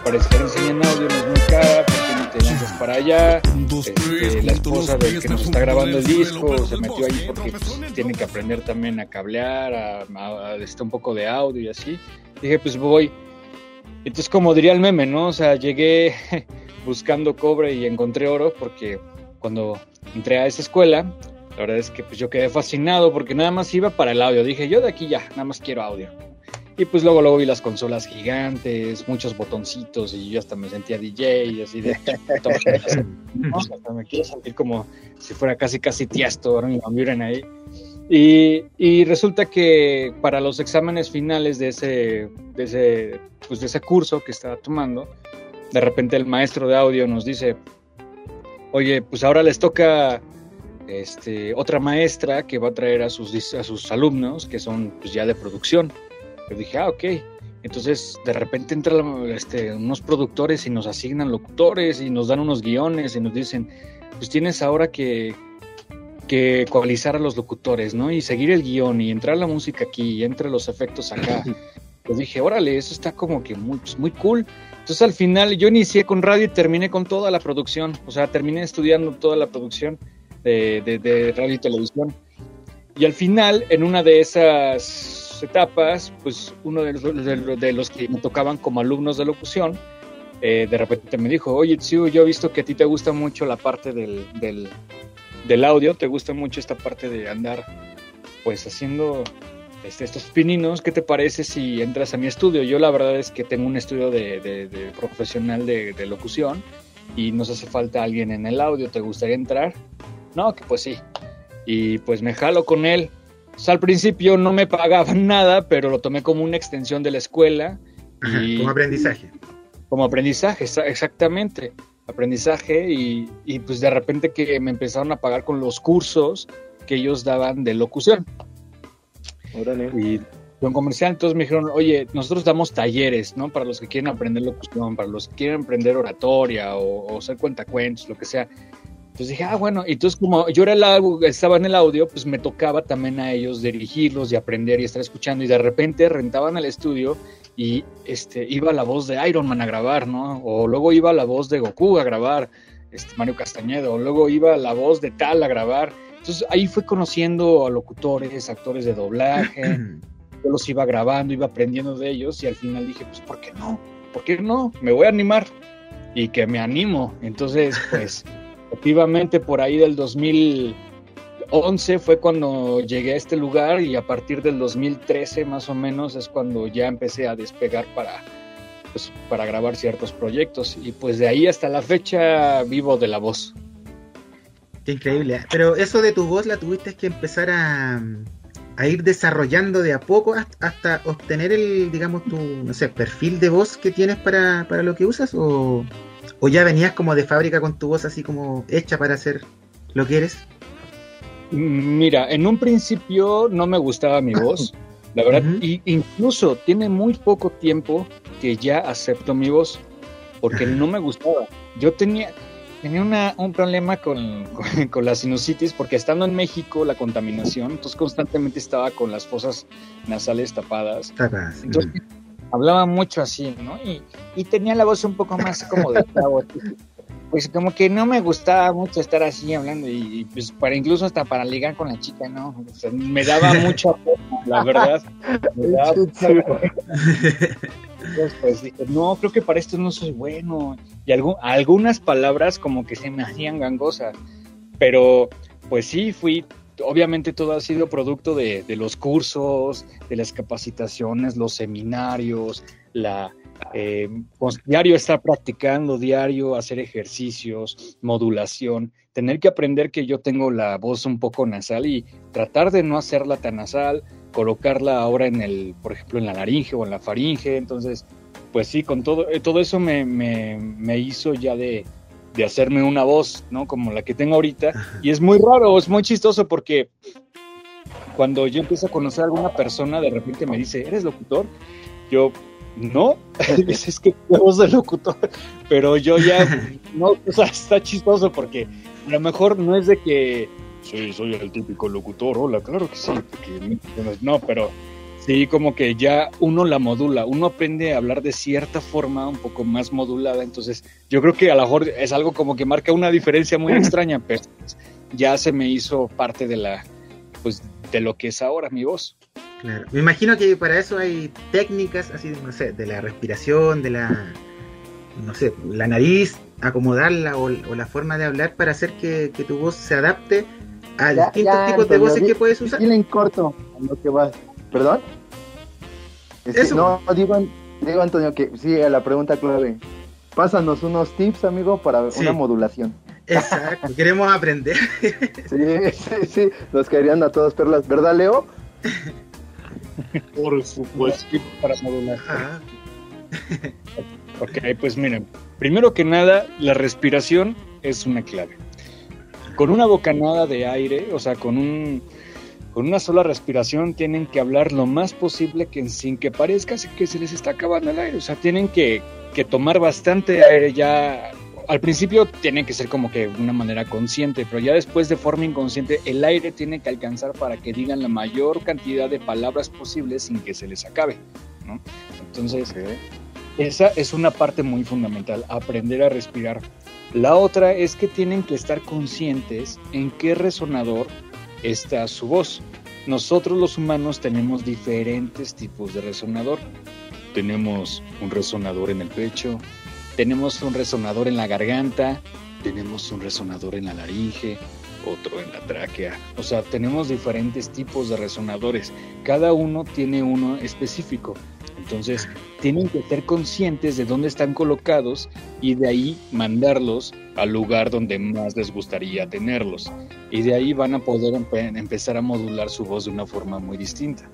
parecer enseñan audio no es muy cara, ¿por qué no te lanzas para allá? La esposa del que nos está grabando el disco se metió ahí porque pues, tiene que aprender también a cablear, a un poco de audio y así. Dije, pues voy. Entonces, como diría el meme, ¿no? O sea, llegué buscando cobre y encontré oro, porque cuando entré a esa escuela, la verdad es que pues yo quedé fascinado porque nada más iba para el audio. Dije, yo de aquí ya, nada más quiero audio. Y pues luego vi las consolas gigantes, muchos botoncitos, y yo hasta me sentía DJ y así de... ¿no? Hasta me quiero sentir como si fuera casi Tiesto, ¿no? Y me miren ahí. Y resulta que para los exámenes finales de ese curso que estaba tomando, de repente el maestro de audio nos dice, oye, pues ahora les toca otra maestra que va a traer a sus alumnos, que son pues ya de producción. Yo dije, ok. Entonces de repente entran unos productores y nos asignan locutores y nos dan unos guiones y nos dicen, pues tienes ahora que ecualizar a los locutores, ¿no? Y seguir el guión y entrar la música aquí y entre los efectos acá. Pues dije, órale, eso está como que muy cool. Entonces al final yo inicié con radio y terminé con toda la producción. O sea, terminé estudiando toda la producción de radio y televisión. Y al final, en una de esas etapas, pues uno de los que me tocaban como alumnos de locución, de repente me dijo, oye, Tsiu, yo he visto que a ti te gusta mucho la parte del audio, te gusta mucho esta parte de andar pues haciendo estos pininos, ¿qué te parece si entras a mi estudio? Yo la verdad es que tengo un estudio de profesional de locución y nos hace falta alguien en el audio, ¿te gustaría entrar? No, que pues sí. Y pues me jalo con él. O sea, al principio no me pagaban nada, pero lo tomé como una extensión de la escuela. Y como aprendizaje. Como aprendizaje, exactamente. Aprendizaje y pues de repente que me empezaron a pagar con los cursos que ellos daban de locución. Órale. Y con comercial, entonces me dijeron, oye, nosotros damos talleres, ¿no? Para los que quieren aprender locución, para los que quieren aprender oratoria o hacer cuentacuentos, lo que sea. Entonces dije, bueno, y entonces como yo estaba en el audio, pues me tocaba también a ellos dirigirlos y aprender y estar escuchando, y de repente rentaban el estudio y iba la voz de Iron Man a grabar, ¿no? O luego iba la voz de Goku a grabar, Mario Castañedo, o luego iba la voz de tal a grabar. Entonces ahí fui conociendo a locutores, actores de doblaje, yo los iba grabando, iba aprendiendo de ellos, y al final dije, pues ¿por qué no? ¿Por qué no? Me voy a animar, y que me animo. Entonces, pues... Efectivamente, por ahí del 2011 fue cuando llegué a este lugar, y a partir del 2013 más o menos es cuando ya empecé a despegar para grabar ciertos proyectos, y pues de ahí hasta la fecha vivo de la voz. Qué increíble. Pero eso de tu voz la tuviste que empezar a ir desarrollando de a poco hasta obtener tu, no sé, perfil de voz que tienes para lo que usas, ¿O ya venías como de fábrica con tu voz así como hecha para hacer lo que eres? Mira, en un principio no me gustaba mi voz, la verdad, y incluso tiene muy poco tiempo que ya acepto mi voz, porque no me gustaba. Yo tenía un problema con la sinusitis, porque estando en México, la contaminación, entonces constantemente estaba con las fosas nasales tapadas. Entonces, hablaba mucho así, ¿no? Y tenía la voz un poco más como de chavo. Pues como que no me gustaba mucho estar así hablando, y pues incluso hasta para ligar con la chica, ¿no? O sea, me daba mucha pena, la verdad. Me daba mucha pena. Entonces, pues dije, no, creo que para esto no soy bueno. Y algunas palabras como que se me hacían gangosas. Pero pues sí, obviamente todo ha sido producto de los cursos, de las capacitaciones, los seminarios, pues, diario estar practicando, diario hacer ejercicios, modulación, tener que aprender que yo tengo la voz un poco nasal y tratar de no hacerla tan nasal, colocarla ahora por ejemplo, en la laringe o en la faringe. Entonces, pues sí, con todo eso me hizo ya de hacerme una voz, ¿no? Como la que tengo ahorita. Ajá. Y es muy raro, es muy chistoso, porque cuando yo empiezo a conocer a alguna persona, de repente me dice, ¿eres locutor? Yo, no, es que tengo voz de locutor, pero yo ya, no, o sea, está chistoso, porque a lo mejor no es de que, sí, soy el típico locutor, hola, claro que sí, porque no, pero Sí, como que ya uno la modula, uno aprende a hablar de cierta forma un poco más modulada, entonces yo creo que a lo mejor es algo como que marca una diferencia muy extraña, pero ya se me hizo parte de pues de lo que es ahora mi voz. Claro. Me imagino que para eso hay técnicas así, no sé, de la respiración, de no sé, la nariz, acomodarla o la forma de hablar para hacer que tu voz se adapte a distintos tipos de voces que puedes usar. Dile en corto a lo que vas. ¿Perdón? Eso. No, digo Antonio que sí, a la pregunta clave. Pásanos unos tips, amigo, para una modulación. Exacto, queremos aprender. Sí, nos caerían a todas perlas, ¿verdad, Leo? Por supuesto, para modular. Ok, pues miren, primero que nada, la respiración es una clave. Con una bocanada de aire, o sea, con una sola respiración, tienen que hablar lo más posible sin que parezca que se les está acabando el aire. O sea, tienen que tomar bastante aire ya. Al principio tiene que ser como que de una manera consciente, pero ya después de forma inconsciente el aire tiene que alcanzar para que digan la mayor cantidad de palabras posibles sin que se les acabe, ¿no? Entonces, esa es una parte muy fundamental, aprender a respirar. La otra es que tienen que estar conscientes en qué resonador está su voz. Nosotros los humanos tenemos diferentes tipos de resonador. Tenemos un resonador en el pecho, tenemos un resonador en la garganta, tenemos un resonador en la laringe, otro en la tráquea. O sea, tenemos diferentes tipos de resonadores. Cada uno tiene uno específico. Entonces, tienen que ser conscientes de dónde están colocados y de ahí mandarlos al lugar donde más les gustaría tenerlos. Y de ahí van a poder empezar a modular su voz de una forma muy distinta.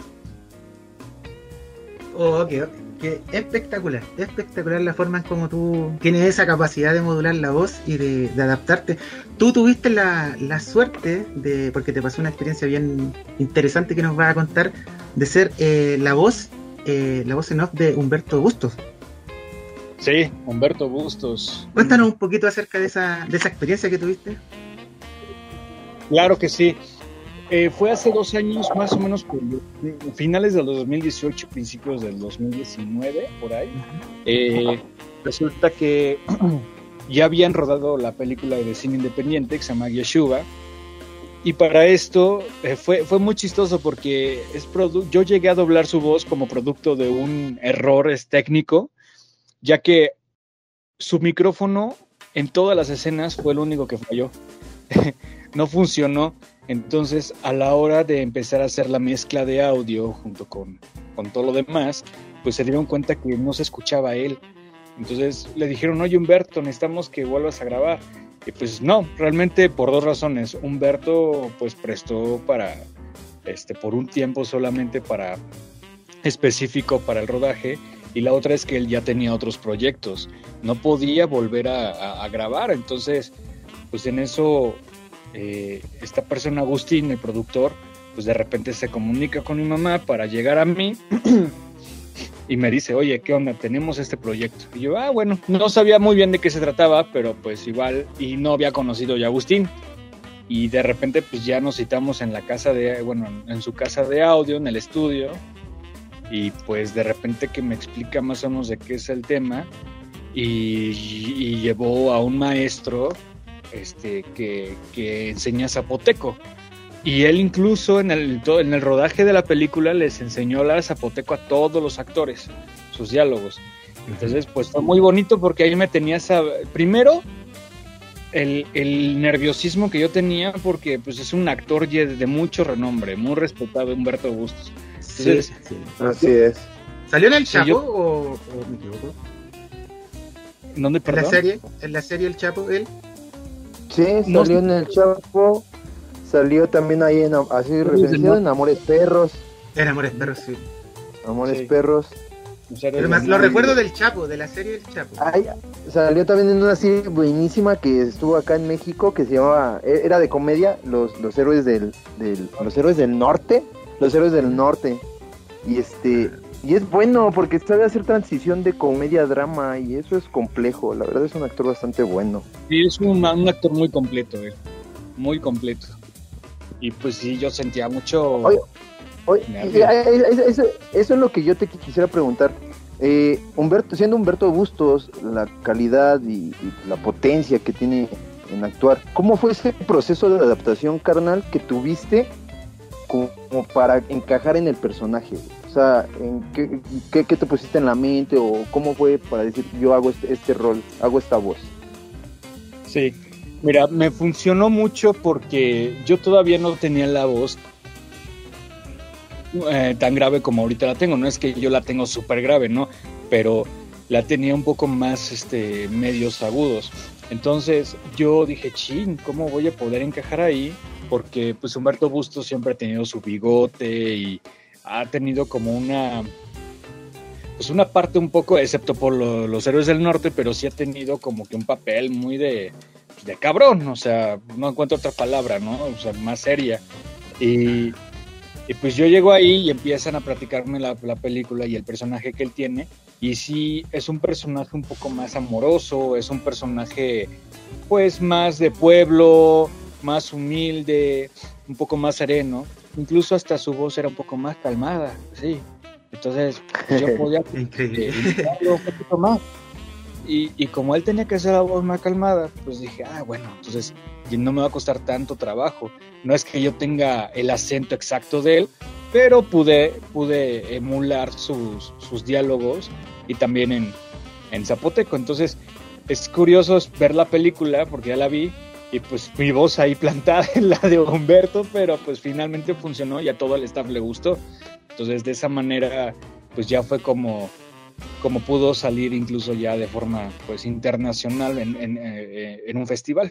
Qué espectacular la forma en como tú tienes esa capacidad de modular la voz y de adaptarte. Tú tuviste la suerte de, porque te pasó una experiencia bien interesante que nos vas a contar, de ser la voz en off de Humberto Bustos. Sí, Humberto Bustos. Cuéntanos un poquito acerca de esa experiencia que tuviste. Claro que sí. Fue hace 2 años, más o menos, por finales del 2018, principios del 2019, por ahí. Resulta que ya habían rodado la película de cine independiente que se llama Yeshua. Y para esto fue muy chistoso porque yo llegué a doblar su voz como producto de un error técnico, ya que su micrófono en todas las escenas fue el único que falló. No funcionó. Entonces, a la hora de empezar a hacer la mezcla de audio junto con todo lo demás, pues se dieron cuenta que no se escuchaba a él. Entonces le dijeron, oye Humberto, necesitamos que vuelvas a grabar. Y pues no, realmente por 2 razones. Humberto pues prestó por un tiempo solamente específico para el rodaje, y la otra es que él ya tenía otros proyectos. No podía volver a grabar, entonces pues en eso... esta persona, Agustín, el productor, pues de repente se comunica con mi mamá para llegar a mí y me dice, oye, ¿qué onda? Tenemos este proyecto. Y yo, bueno, no sabía muy bien de qué se trataba, pero pues igual, y no había conocido ya a Agustín. Y de repente pues ya nos citamos en en su casa de audio, en el estudio, y pues de repente que me explica más o menos de qué es el tema, y llevó a un maestro que enseña zapoteco, y él incluso en el rodaje de la película les enseñó a hablar zapoteco a todos los actores, sus diálogos. Entonces pues fue muy bonito porque ahí me tenía primero el nerviosismo que yo tenía, porque pues es un actor de mucho renombre, muy respetado, Humberto Bustos. Entonces, sí. Así es. ¿Salió en el Chapo o me equivoco? ¿Dónde, perdón? ¿En la serie El Chapo él? Sí, salió en el Chapo, salió también ahí así referenciado en Amores Perros. En Amores Perros, sí. Amores Perros. Pero más lo recuerdo del Chapo, de la serie del Chapo. Salió también en una serie buenísima que estuvo acá en México, que se llamaba, era de comedia, los héroes los héroes del norte. Los héroes del norte. Y es bueno porque sabe hacer transición de comedia a drama, y eso es complejo. La verdad es un actor bastante bueno. Sí, es un actor muy completo, muy completo. Y pues sí, yo sentía mucho... Oye, eso es lo que yo te quisiera preguntar. Siendo Humberto Bustos, la calidad y la potencia que tiene en actuar, ¿cómo fue ese proceso de adaptación, carnal, que tuviste como para encajar en el personaje? O sea, ¿qué te pusiste en la mente o cómo fue para decir yo hago este rol, hago esta voz? Sí, mira, me funcionó mucho porque yo todavía no tenía la voz tan grave como ahorita la tengo. No es que yo la tengo súper grave, ¿no? Pero la tenía un poco más medios agudos. Entonces yo dije, chin, ¿cómo voy a poder encajar ahí? Porque pues Humberto Bustos siempre ha tenido su bigote y ha tenido como una parte un poco, excepto por los Héroes del Norte, pero sí ha tenido como que un papel muy de cabrón, o sea, no encuentro otra palabra, ¿no? O sea, más seria. Y pues yo llego ahí y empiezan a platicarme la película y el personaje que él tiene, y sí, es un personaje un poco más amoroso, es un personaje pues más de pueblo, más humilde, un poco más sereno, incluso hasta su voz era un poco más calmada, sí. Entonces yo podía imitarlo un poquito más. Y como él tenía que hacer la voz más calmada, pues dije, bueno, entonces no me va a costar tanto trabajo. No es que yo tenga el acento exacto de él, pero pude emular sus diálogos y también en zapoteco. Entonces es curioso ver la película, porque ya la vi, y pues mi voz ahí plantada en la de Humberto, pero pues finalmente funcionó y a todo el staff le gustó. Entonces de esa manera pues ya fue como pudo salir incluso ya de forma pues internacional en un festival.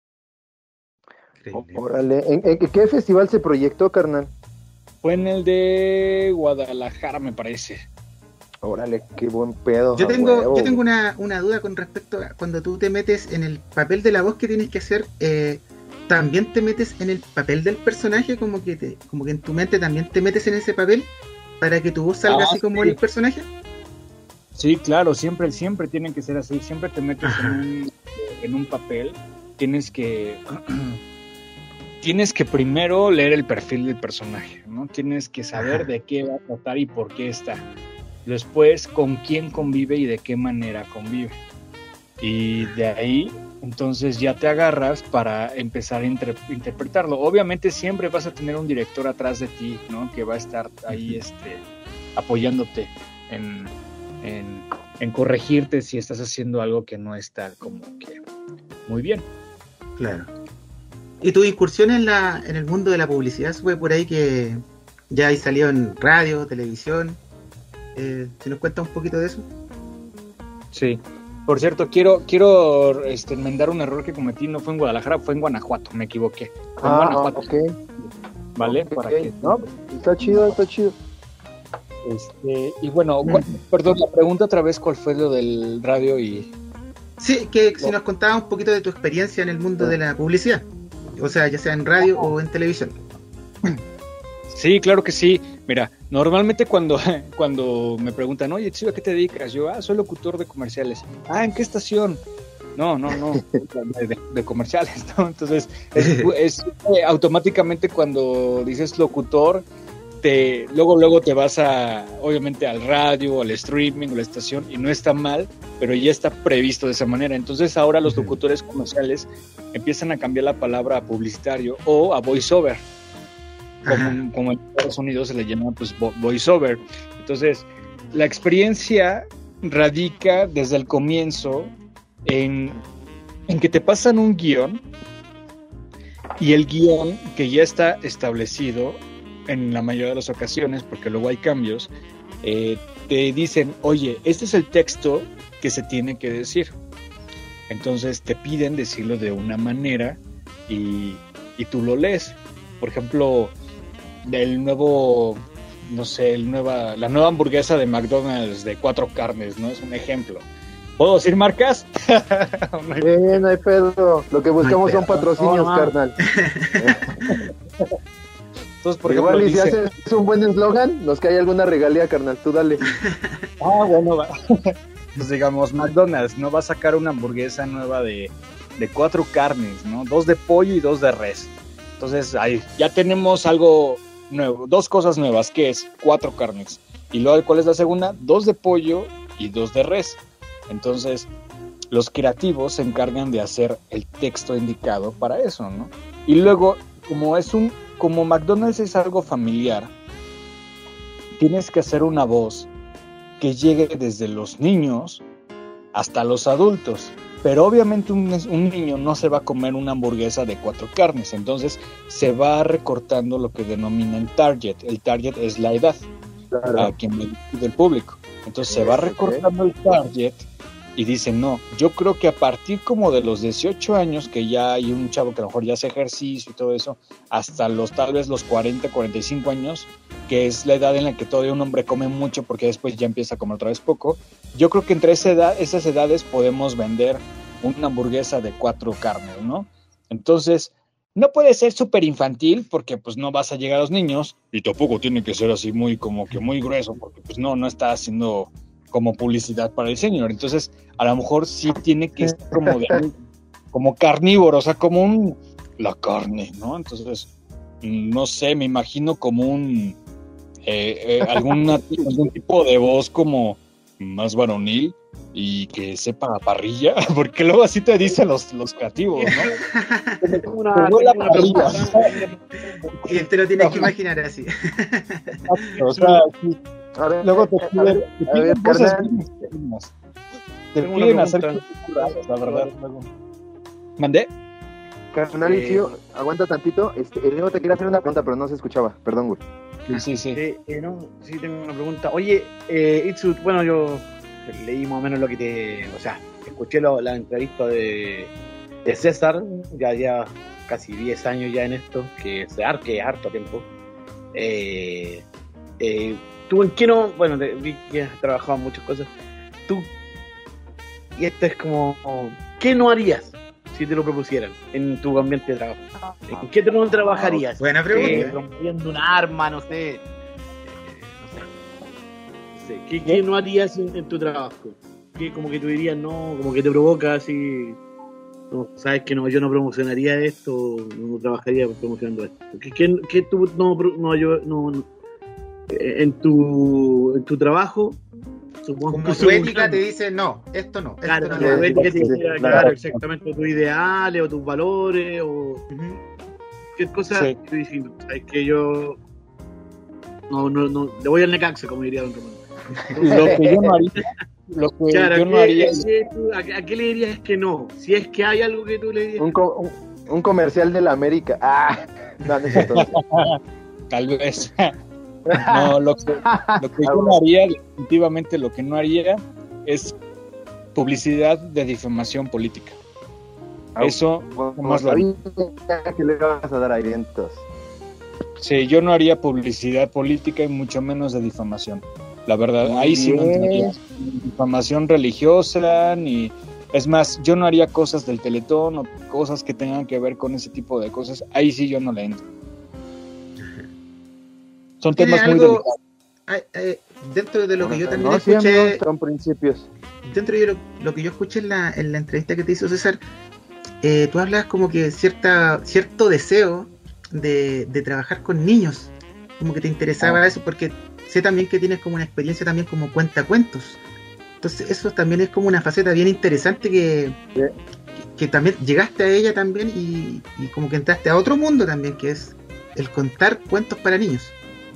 Órale, ¿en qué festival se proyectó, carnal? Fue en el de Guadalajara, me parece. Órale, qué buen pedo. Yo tengo una duda con respecto a cuando tú te metes en el papel de la voz que tienes que hacer, ¿también te metes en el papel del personaje? Como que en tu mente también te metes en ese papel para que tu voz salga así como el personaje. Sí, claro, siempre tienen que ser así, siempre te metes en un papel, tienes que primero leer el perfil del personaje, ¿no? Tienes que saber de qué va a tratar y por qué está. Después, con quién convive y de qué manera convive. Y de ahí, entonces ya te agarras para empezar a interpretarlo. Obviamente siempre vas a tener un director atrás de ti, ¿no? Que va a estar ahí apoyándote en corregirte si estás haciendo algo que no está como que muy bien. Claro. ¿Y tu incursión en el mundo de la publicidad fue por ahí que ya hay salido en radio, televisión? ¿Si nos cuentas un poquito de eso? Sí. Por cierto, quiero enmendar un error que cometí. No fue en Guadalajara, fue en Guanajuato. Me equivoqué. Fue en Guanajuato. Ok. ¿Vale? Okay. Para que... No, está chido. Y bueno, perdón, la pregunta otra vez, ¿cuál fue lo del radio y...? Sí, que si nos contabas un poquito de tu experiencia en el mundo de la publicidad. O sea, ya sea en radio o en televisión. Sí, claro que sí. Mira, normalmente cuando me preguntan, oye, Chivo, ¿a qué te dedicas? Yo, soy locutor de comerciales. ¿En qué estación? No, de comerciales, ¿no? Entonces, es automáticamente cuando dices locutor, luego te vas obviamente al radio, al streaming, o la estación, y no está mal, pero ya está previsto de esa manera. Entonces ahora los locutores comerciales empiezan a cambiar la palabra a publicitario o a voiceover, como en Estados Unidos se le llama pues voiceover. Entonces la experiencia radica desde el comienzo en que te pasan un guión, y el guión que ya está establecido en la mayoría de las ocasiones, porque luego hay cambios, te dicen, oye, este es el texto que se tiene que decir. Entonces te piden decirlo de una manera y tú lo lees. Por ejemplo, la nueva hamburguesa de McDonald's de 4 carnes, ¿no? Es un ejemplo. ¿Puedo decir marcas? No hay pedo. Lo que buscamos son patrocinios, carnal. Entonces, por igual, ejemplo, y si haces un buen eslogan, nos cae alguna regalía, carnal, tú dale. Bueno, va. Pues digamos, McDonald's, ¿no? Va a sacar una hamburguesa nueva de 4 carnes, ¿no? 2 de pollo y 2 de res. Entonces, ahí ya tenemos algo nuevo, 2 cosas nuevas, que es 4 carnes. Y luego, ¿cuál es la segunda? 2 de pollo y 2 de res. Entonces, los creativos se encargan de hacer el texto indicado para eso, ¿no? Y luego, como McDonald's es algo familiar, tienes que hacer una voz que llegue desde los niños hasta los adultos. Pero obviamente un niño no se va a comer una hamburguesa de 4 carnes, entonces se va recortando lo que denominan target. El target es la edad, Claro. a quien le pide el público. Entonces se va recortando el target y dicen, no, yo creo que a partir como de los 18 años, que ya hay un chavo que a lo mejor ya hace ejercicio y todo eso, hasta tal vez los 40, 45 años, que es la edad en la que todavía un hombre come mucho porque después ya empieza a comer otra vez poco. Yo creo que entre esas edades podemos vender una hamburguesa de 4 carnes, ¿no? Entonces, no puede ser súper infantil porque pues no vas a llegar a los niños, y tampoco tiene que ser así muy como que muy grueso porque pues no está haciendo como publicidad para el señor. Entonces, a lo mejor sí tiene que ser como carnívoro, o sea, como la carne, ¿no? Entonces, no sé, me imagino como algún tipo de voz como más varonil y que sepa a parrilla, porque luego así te dicen los creativos, ¿no? Tengo una pregunta. Y te lo tienes que imaginar así. O sea, sí. A ver, Luego te piden cosas carnal. bien extremas. Te Tengo una piden hacer pregunta. cosas, la verdad. Luego. ¿Mandé? Carnalicio, aguanta tantito. Luego te quería hacer una pregunta, pero no se escuchaba. Perdón, güey. Sí. Sí, tengo una pregunta. Oye, Itsu, bueno, yo leí más o menos lo que o sea, escuché la entrevista de César, ya casi 10 años ya en esto, que es harto tiempo. ¿Tú en qué no? Bueno, vi que has trabajado en muchas cosas. Tú, y esto es como, ¿qué no harías si te lo propusieran en tu ambiente de trabajo? ¿En qué no trabajarías? Buena pregunta. Promoviendo un arma, no sé. ¿Qué no harías en tu trabajo? ¿Qué como que tú dirías no? Como que te provoca así. No, sabes que no, yo no promocionaría esto, no trabajaría promocionando esto. ¿Qué tú no en tu trabajo? Supongo Como que tu ética te dice, no, esto no. Claro, esto tu no. ética te dice, Claro. claro, exactamente tus ideales o tus valores o Ujú. qué cosa Sí. tú dices, sabes que yo no, le voy al Necaxa, como diría Don Román. Lo que yo no haría, Claro, yo no haría ¿a qué le dirías que no? Si es que hay algo que tú le dirías. Un comercial de la América. No es cierto. tal vez. No, lo que yo no haría, definitivamente lo que no haría es publicidad de difamación política. Eso jamás lo haría. Que le vas a dar a vientos. Sí, yo no haría publicidad política y mucho menos de difamación. La verdad, Muy ahí sí no bien. entraría difamación religiosa, ni... Es más, yo no haría cosas del Teletón o cosas que tengan que ver con ese tipo de cosas. Ahí sí yo no le entro. Son ¿Tiene temas muy algo delicados. dentro de lo que yo también No, sí, escuché? amigos, son principios. Dentro de lo que yo escuché en la entrevista que te hizo César, tú hablas como que cierto deseo de trabajar con niños, como que te interesaba eso, porque sé también que tienes como una experiencia también como cuentacuentos. Entonces eso también es como una faceta bien interesante que también llegaste a ella también y como que entraste a otro mundo también, que es el contar cuentos para niños.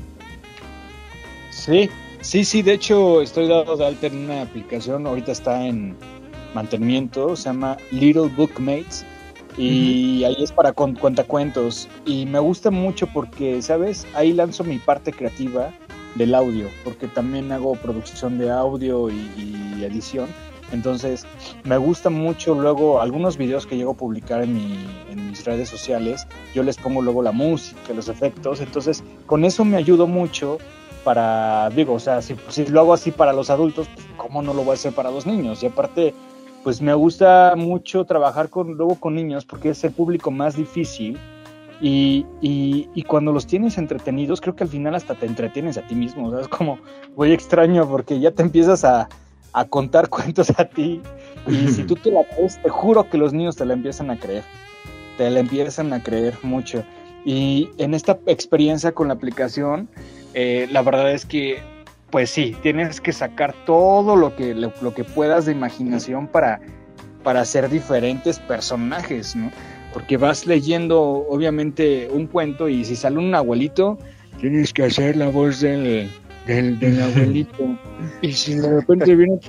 Sí, de hecho estoy dado de alta en una aplicación, ahorita está en mantenimiento, se llama Little Bookmates y ahí es para cuentacuentos y me gusta mucho porque, ¿sabes? Ahí lanzo mi parte creativa del audio, porque también hago producción de audio y edición, entonces me gusta mucho luego algunos videos que llego a publicar en mis redes sociales, yo les pongo luego la música, los efectos, entonces con eso me ayudo mucho para, digo, o sea, si lo hago así para los adultos, pues, ¿cómo no lo voy a hacer para los niños? Y aparte, pues me gusta mucho trabajar luego con niños porque es el público más difícil y cuando los tienes entretenidos, creo que al final hasta te entretienes a ti mismo, o sea, es como muy extraño porque ya te empiezas a contar cuentos a ti y si tú te la crees, te juro que los niños te la empiezan a creer mucho. Y en esta experiencia con la aplicación, la verdad es que, pues sí, tienes que sacar todo lo que puedas de imaginación para hacer diferentes personajes, ¿no? Porque vas leyendo, obviamente, un cuento y si sale un abuelito, tienes que hacer la voz del abuelito. Y si de repente viene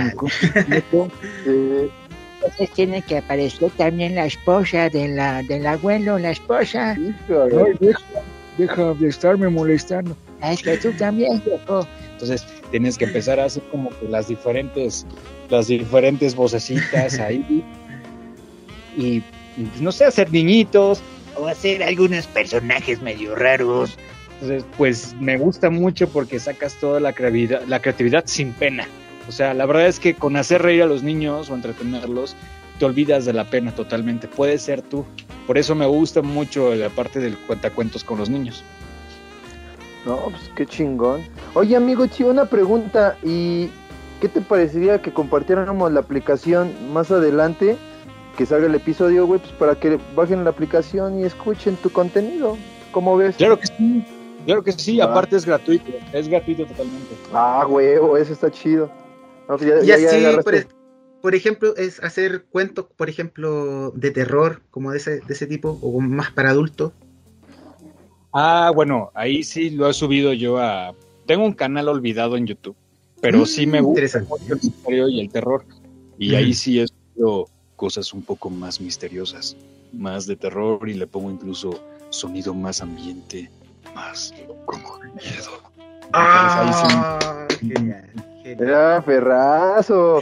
entonces tiene que aparecer también la esposa del abuelo, la esposa. Ay, deja de estarme molestando. Es que tú también, viejo. Entonces tienes que empezar a hacer como que las diferentes vocecitas ahí. Y no sé, hacer niñitos O hacer algunos personajes medio raros. Entonces, pues me gusta mucho porque sacas toda la creatividad sin pena. O sea, la verdad es que con hacer reír a los niños o entretenerlos, te olvidas de la pena totalmente. Puedes ser tú. Por eso me gusta mucho la parte del cuentacuentos con los niños. No, pues qué chingón. Oye, amigo Chi, una pregunta. ¿Y qué te parecería que compartiéramos la aplicación más adelante? Que salga el episodio, güey, pues para que bajen la aplicación y escuchen tu contenido. ¿Cómo ves? Claro que sí, aparte es gratuito totalmente. Ah, güey, eso está chido. No, pues ya sí, por ejemplo, es hacer cuentos, por ejemplo, de terror, como de ese tipo, o más para adultos. Ah, bueno, ahí sí lo he subido yo a... Tengo un canal olvidado en YouTube, pero sí me gusta mucho el misterio y el terror. Y ahí sí he subido cosas un poco más misteriosas, más de terror, y le pongo incluso sonido más ambiente, más como de miedo. ¡Ah! Genial. ¡Era perrazo!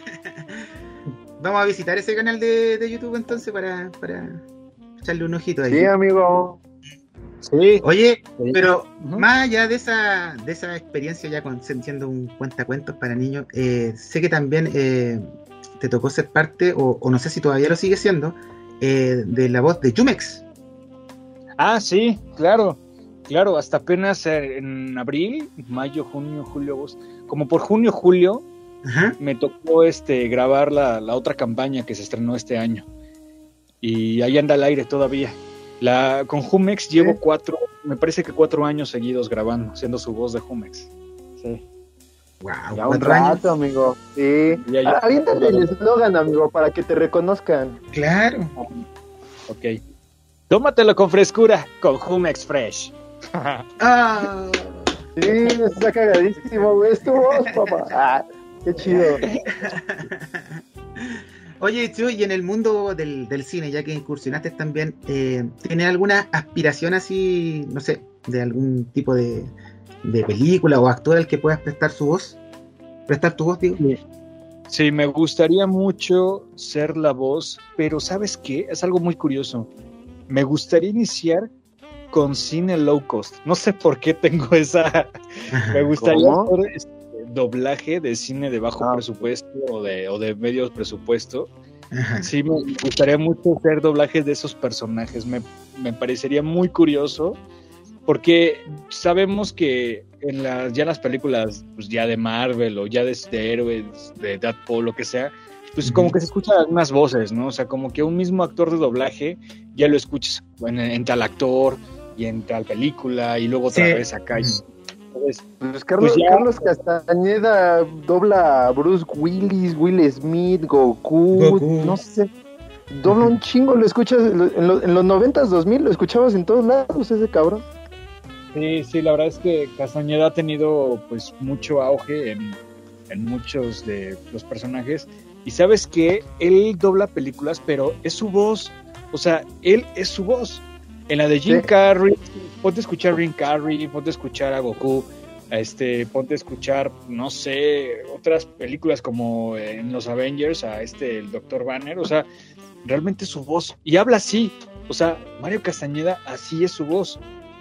Vamos a visitar ese canal de YouTube entonces para echarle un ojito ahí. Sí, amigo. Sí. Oye, pero más allá de esa experiencia ya siendo un cuentacuentos para niños, sé que también te tocó ser parte, o no sé si todavía lo sigue siendo, de la voz de Jumex. Ah, sí, claro, hasta apenas en abril, mayo, junio, julio, agosto, como por junio, julio, ajá, me tocó grabar la otra campaña que se estrenó este año, y ahí anda al aire todavía. Con Jumex llevo 4 años seguidos grabando, siendo su voz de Jumex. Sí. Wow, ya un rato, amigo. Sí. Aviéntate el eslogan, amigo, para que te reconozcan. Claro. Ok. Tómatelo con frescura, con Jumex Fresh. Ah, sí, está cagadísimo, güey. Es tu voz, papá. Ah, qué chido. Oye, Chu, y en el mundo del cine, ya que incursionaste también, ¿tienes alguna aspiración así, no sé, de algún tipo de película o actor al que puedas prestar tu voz, digo? Sí, me gustaría mucho ser la voz, pero ¿sabes qué? Es algo muy curioso. Me gustaría iniciar con cine low cost. No sé por qué tengo esa... Me gustaría hacer doblaje de cine de bajo presupuesto o de medio presupuesto. Ajá. Sí, me gustaría mucho hacer doblajes de esos personajes. Me parecería muy curioso, porque sabemos que en las películas, pues ya de Marvel o ya de héroes, de Deadpool, lo que sea, pues como que se escuchan algunas voces, ¿no? O sea, como que un mismo actor de doblaje ya lo escuchas en tal actor y en tal película y luego otra vez acá. Entonces, pues Carlos Castañeda dobla a Bruce Willis, Will Smith, Goku, no sé. Dobla un chingo, lo escuchas en los 90s, 2000, lo escuchabas en todos lados ese cabrón. Sí, la verdad es que Castañeda ha tenido pues mucho auge en muchos de los personajes. Y sabes que él dobla películas, pero es su voz. O sea, él es su voz. En la de Jim Carrey, ponte a escuchar a Jim Carrey, ponte a escuchar a Goku, ponte a escuchar, no sé, otras películas como en los Avengers, a el Dr. Banner. O sea, realmente es su voz. Y habla así. O sea, Mario Castañeda, así es su voz.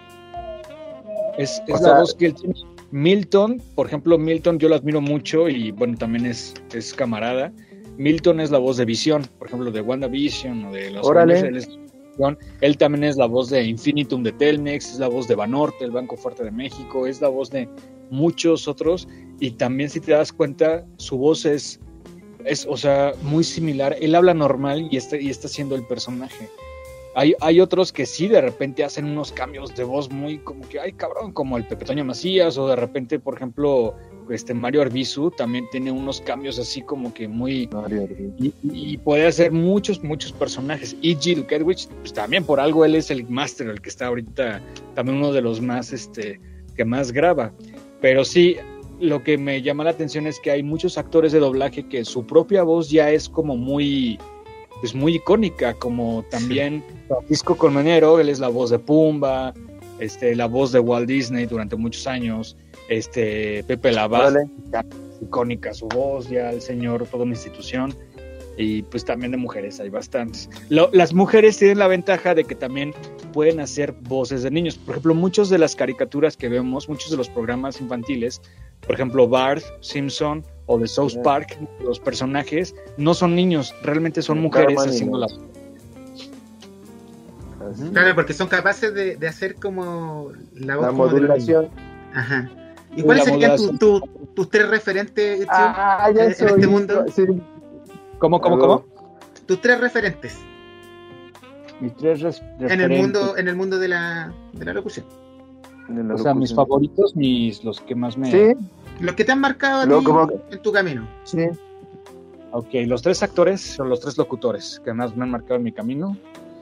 Es la voz que él tiene. Milton, por ejemplo, Milton yo lo admiro mucho y bueno, también es camarada. Milton es la voz de Visión, por ejemplo, de WandaVision o de los Avengers. Él también es la voz de Infinitum de Telmex, es la voz de Banorte, el Banco Fuerte de México, es la voz de muchos otros, y también si te das cuenta, su voz es o sea, muy similar. Él habla normal y está haciendo el personaje. Hay otros que sí de repente hacen unos cambios de voz muy como que, ay cabrón, como el Pepe Toño Macías, o de repente, por ejemplo, Mario Arbizu también tiene unos cambios así como que muy... Y puede hacer muchos personajes. Y Jill Kedwich, pues también por algo él es el máster, el que está ahorita, también uno de los más, que más graba. Pero sí, lo que me llama la atención es que hay muchos actores de doblaje que su propia voz ya es como muy... es muy icónica, como también Francisco Colmenero, él es la voz de Pumba, la voz de Walt Disney durante muchos años, Pepe Lavaz, icónica su voz, ya el señor, toda una institución, y pues también de mujeres hay bastantes. Las mujeres tienen la ventaja de que también pueden hacer voces de niños. Por ejemplo, muchas de las caricaturas que vemos, muchos de los programas infantiles, por ejemplo, Bart Simpson o de South Park, los personajes no son niños, realmente son mujeres haciendo la... Claro, porque son capaces de hacer como la voz, la modulación. Ajá. ¿Y cuáles serían tus tres referentes, en este mundo? Sí. ¿Cómo? Tus tres referentes. Mis tres referentes. En el mundo de la locución. O sea, mis favoritos, los que más me... Sí. Los que te han marcado a ti en tu camino. Sí. Ok, los tres actores son los tres locutores que más me han marcado en mi camino.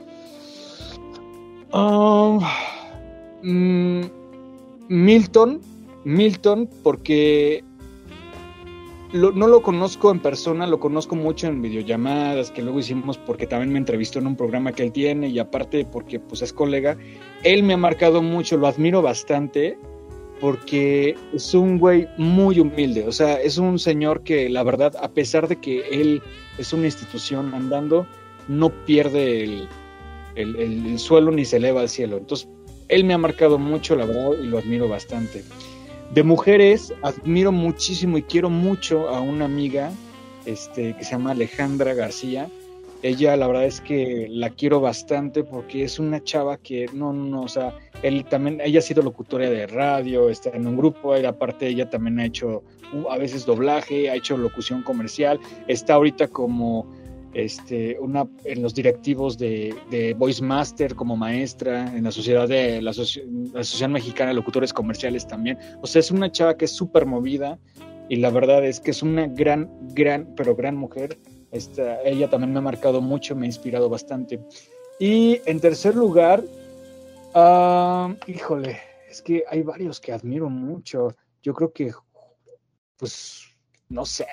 Milton, porque no lo conozco en persona, lo conozco mucho en videollamadas que luego hicimos, porque también me entrevistó en un programa que él tiene, y aparte porque pues es colega. Él me ha marcado mucho, lo admiro bastante, porque es un güey muy humilde. O sea, es un señor que la verdad, a pesar de que él es una institución andando, no pierde el suelo ni se eleva al cielo. Entonces él me ha marcado mucho, la verdad, y lo admiro bastante. De mujeres, admiro muchísimo y quiero mucho a una amiga que se llama Alejandra García. Ella, la verdad es que la quiero bastante porque es una chava que o sea, ella ha sido locutora de radio, está en un grupo, y aparte ella también ha hecho a veces doblaje, ha hecho locución comercial, está ahorita como en los directivos de Voice Master como maestra en la sociedad la Asociación Mexicana de Locutores Comerciales también. O sea, es una chava que es súper movida, y la verdad es que es una gran mujer. Ella también me ha marcado mucho, me ha inspirado bastante. Y en tercer lugar, híjole, es que hay varios que admiro mucho. Yo creo que, pues, no sé.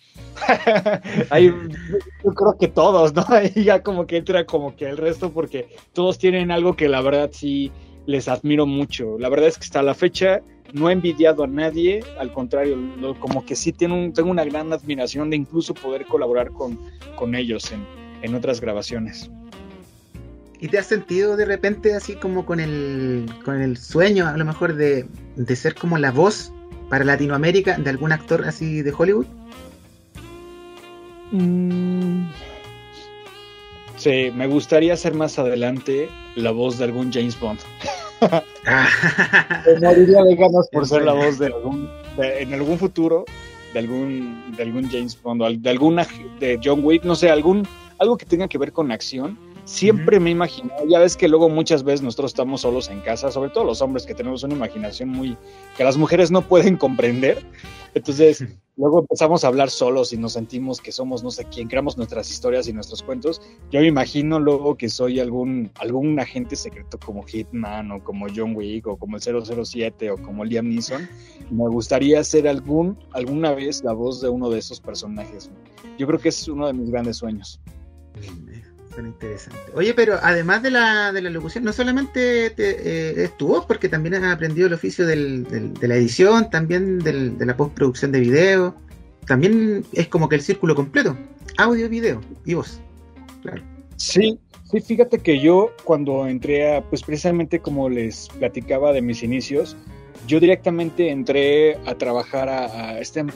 Yo creo que todos, ¿no? Ahí ya como que entra como que el resto, porque todos tienen algo que la verdad sí les admiro mucho. La verdad es que hasta la fecha no he envidiado a nadie, al contrario, como que sí tengo una gran admiración de incluso poder colaborar con ellos en otras grabaciones. ¿Y te has sentido de repente así como con el sueño, a lo mejor, de ser como la voz para Latinoamérica de algún actor así de Hollywood? Sí, me gustaría ser más adelante la voz de algún James Bond. Me moriría de ganas por ser la voz en algún futuro de algún James Bond, o de John Wick, no sé, algo que tenga que ver con acción. Siempre me imagino, ya ves que luego muchas veces nosotros estamos solos en casa, sobre todo los hombres que tenemos una imaginación que las mujeres no pueden comprender. Entonces luego empezamos a hablar solos y nos sentimos que somos no sé quién, creamos nuestras historias y nuestros cuentos. Yo me imagino luego que soy algún agente secreto como Hitman, o como John Wick, o como el 007, o como Liam Neeson. Me gustaría ser alguna vez la voz de uno de esos personajes. Yo creo que es uno de mis grandes sueños. Suena interesante. Oye, pero además de la locución, no solamente es tu voz, porque también has aprendido el oficio de la edición, también de la postproducción de video. También es como que el círculo completo: audio, video y voz. Claro. Sí, fíjate que yo cuando entré pues precisamente como les platicaba de mis inicios, yo directamente entré a trabajar a esta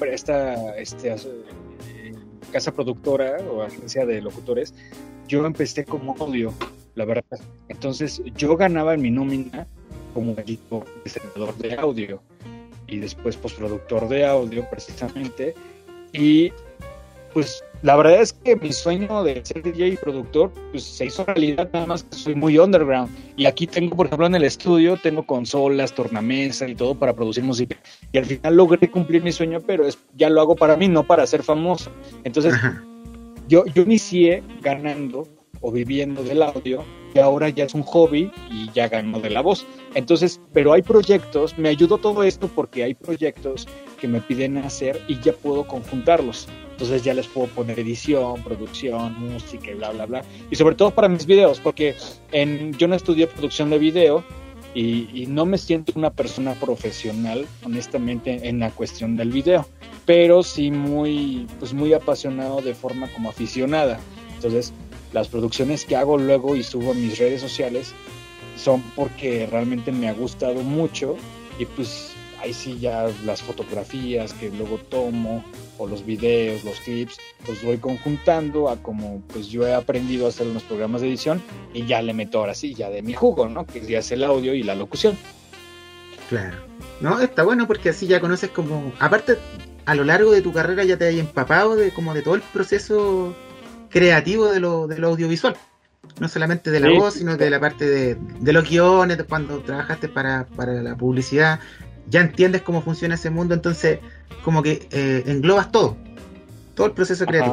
casa productora o agencia de locutores. Yo empecé como audio, la verdad. Entonces yo ganaba en mi nómina como diseñador de audio y después postproductor de audio precisamente, y pues La verdad es que mi sueño de ser DJ y productor pues se hizo realidad, nada más que soy muy underground. Y aquí tengo, por ejemplo, en el estudio, tengo consolas, tornamesa y todo para producir música. Y al final logré cumplir mi sueño, pero ya lo hago para mí, no para ser famoso. Entonces, yo inicié ganando o viviendo del audio, y ahora ya es un hobby y ya gano de la voz. Entonces, pero hay proyectos, me ayudó todo esto porque hay proyectos que me piden hacer y ya puedo conjuntarlos. Entonces ya les puedo poner edición, producción, música y bla, bla, bla. Y sobre todo para mis videos, porque yo no estudié producción de video y no me siento una persona profesional, honestamente, en la cuestión del video, pero sí muy apasionado de forma como aficionada. Entonces, las producciones que hago luego y subo a mis redes sociales son porque realmente me ha gustado mucho y pues ahí sí ya las fotografías que luego tomo o los videos, los clips, los voy conjuntando a como pues yo he aprendido a hacer unos programas de edición y ya le meto ahora sí ya de mi jugo, ¿no? Que ya es el audio y la locución. Claro. No, está bueno porque así ya conoces como... Aparte, a lo largo de tu carrera ya te has empapado de todo el proceso creativo de lo audiovisual. No solamente de la voz, sino de la parte de los guiones, de cuando trabajaste para la publicidad. Ya entiendes cómo funciona ese mundo, entonces como que englobas todo el proceso creativo.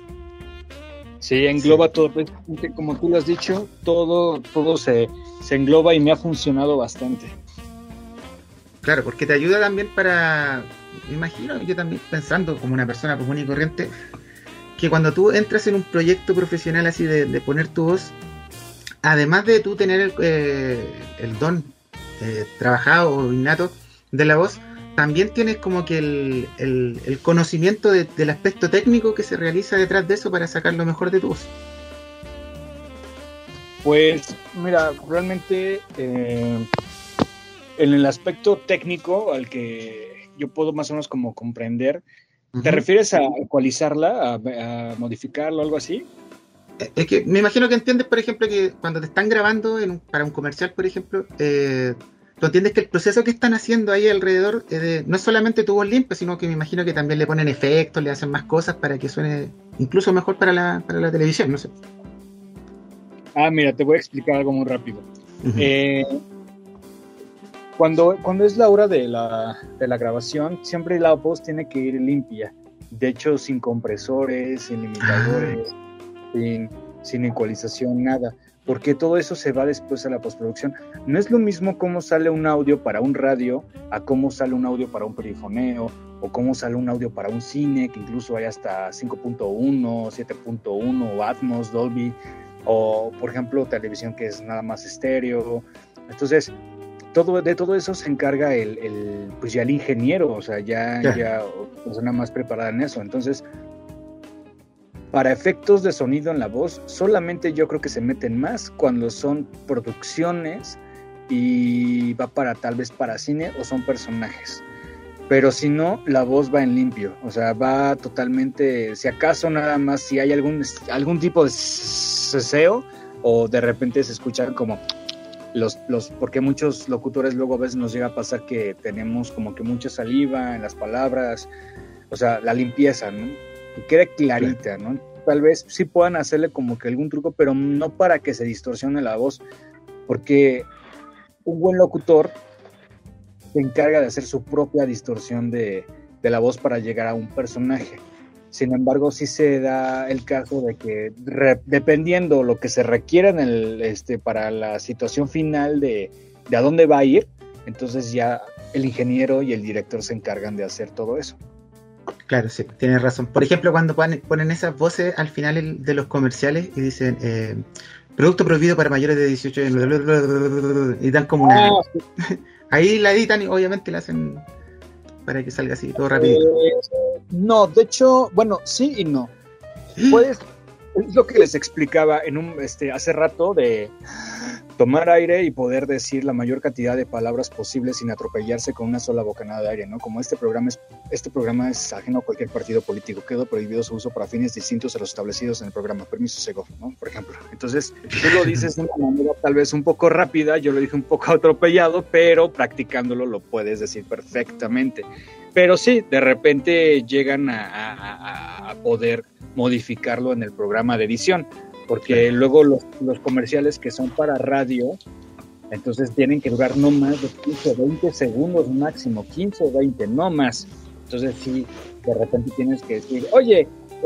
Sí, engloba todo, como tú lo has dicho, todo se engloba y me ha funcionado bastante. Claro, porque te ayuda también me imagino, yo también pensando como una persona común y corriente, que cuando tú entras en un proyecto profesional así de poner tu voz, además de tú tener el don trabajado o innato de la voz, también tienes como que el conocimiento del aspecto técnico que se realiza detrás de eso para sacar lo mejor de tu voz. Pues mira, realmente en el aspecto técnico al que yo puedo más o menos como comprender, ¿te refieres a ecualizarla, a modificarlo, algo así? Es que me imagino que entiendes, por ejemplo, que cuando te están grabando para un comercial, por ejemplo, tú entiendes que el proceso que están haciendo ahí alrededor no es solamente tu voz limpia, sino que me imagino que también le ponen efectos, le hacen más cosas para que suene incluso mejor para la televisión, no sé. Mira, te voy a explicar algo muy rápido. Cuando es la hora de la grabación, siempre la voz tiene que ir limpia. De hecho, sin compresores, sin limitadores, sin ecualización, nada. Porque todo eso se va después a la postproducción. No es lo mismo cómo sale un audio para un radio a cómo sale un audio para un perifoneo o cómo sale un audio para un cine, que incluso hay hasta 5.1, 7.1 o Atmos, Dolby, o por ejemplo televisión que es nada más estéreo. Entonces de todo eso se encarga pues ya el ingeniero, o sea, ya persona más preparada en eso. Entonces, para efectos de sonido en la voz, solamente yo creo que se meten más cuando son producciones y va tal vez para cine o son personajes. Pero si no, la voz va en limpio, o sea, va totalmente, si acaso nada más, si hay algún tipo de ceseo o de repente se escuchan como porque muchos locutores luego a veces nos llega a pasar que tenemos como que mucha saliva en las palabras, o sea, la limpieza, ¿no? Que quede clarita, ¿no? Tal vez sí puedan hacerle como que algún truco, pero no para que se distorsione la voz, porque un buen locutor se encarga de hacer su propia distorsión de la voz para llegar a un personaje. Sin embargo, sí se da el caso de que dependiendo lo que se requiera para la situación final de a dónde va a ir, entonces ya el ingeniero y el director se encargan de hacer todo eso. Claro, sí, tienes razón. Por ejemplo, cuando ponen esas voces al final de los comerciales y dicen producto prohibido para mayores de 18 años y dan como una... Ahí la editan y obviamente la hacen para que salga así todo rápido. No, de hecho, bueno, sí y no. Es lo que les explicaba hace rato, de tomar aire y poder decir la mayor cantidad de palabras posibles sin atropellarse con una sola bocanada de aire, ¿no? Como este programa es ajeno a cualquier partido político, quedó prohibido su uso para fines distintos a los establecidos en el programa. Permiso, Segov, ¿no? Por ejemplo. Entonces, tú lo dices de una manera tal vez un poco rápida, yo lo dije un poco atropellado, pero practicándolo lo puedes decir perfectamente. Pero sí, de repente llegan a poder modificarlo en el programa de edición, porque luego los comerciales que son para radio, entonces tienen que durar no más de 15 o 20 segundos máximo, 15 o 20, no más. Entonces sí, de repente tienes que decir, oye,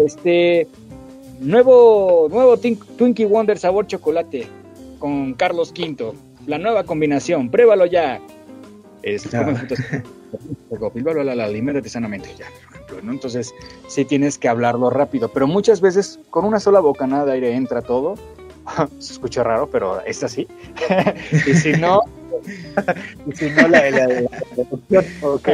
nuevo Twinkie Wonder sabor chocolate con Carlos V, la nueva combinación, pruébalo ya. Come frutas, aliméntate sanamente, ya, por ejemplo, ¿no? Entonces sí tienes que hablarlo rápido, pero muchas veces con una sola bocanada de aire entra todo. Se escucha raro, pero es así. y si no la Ok.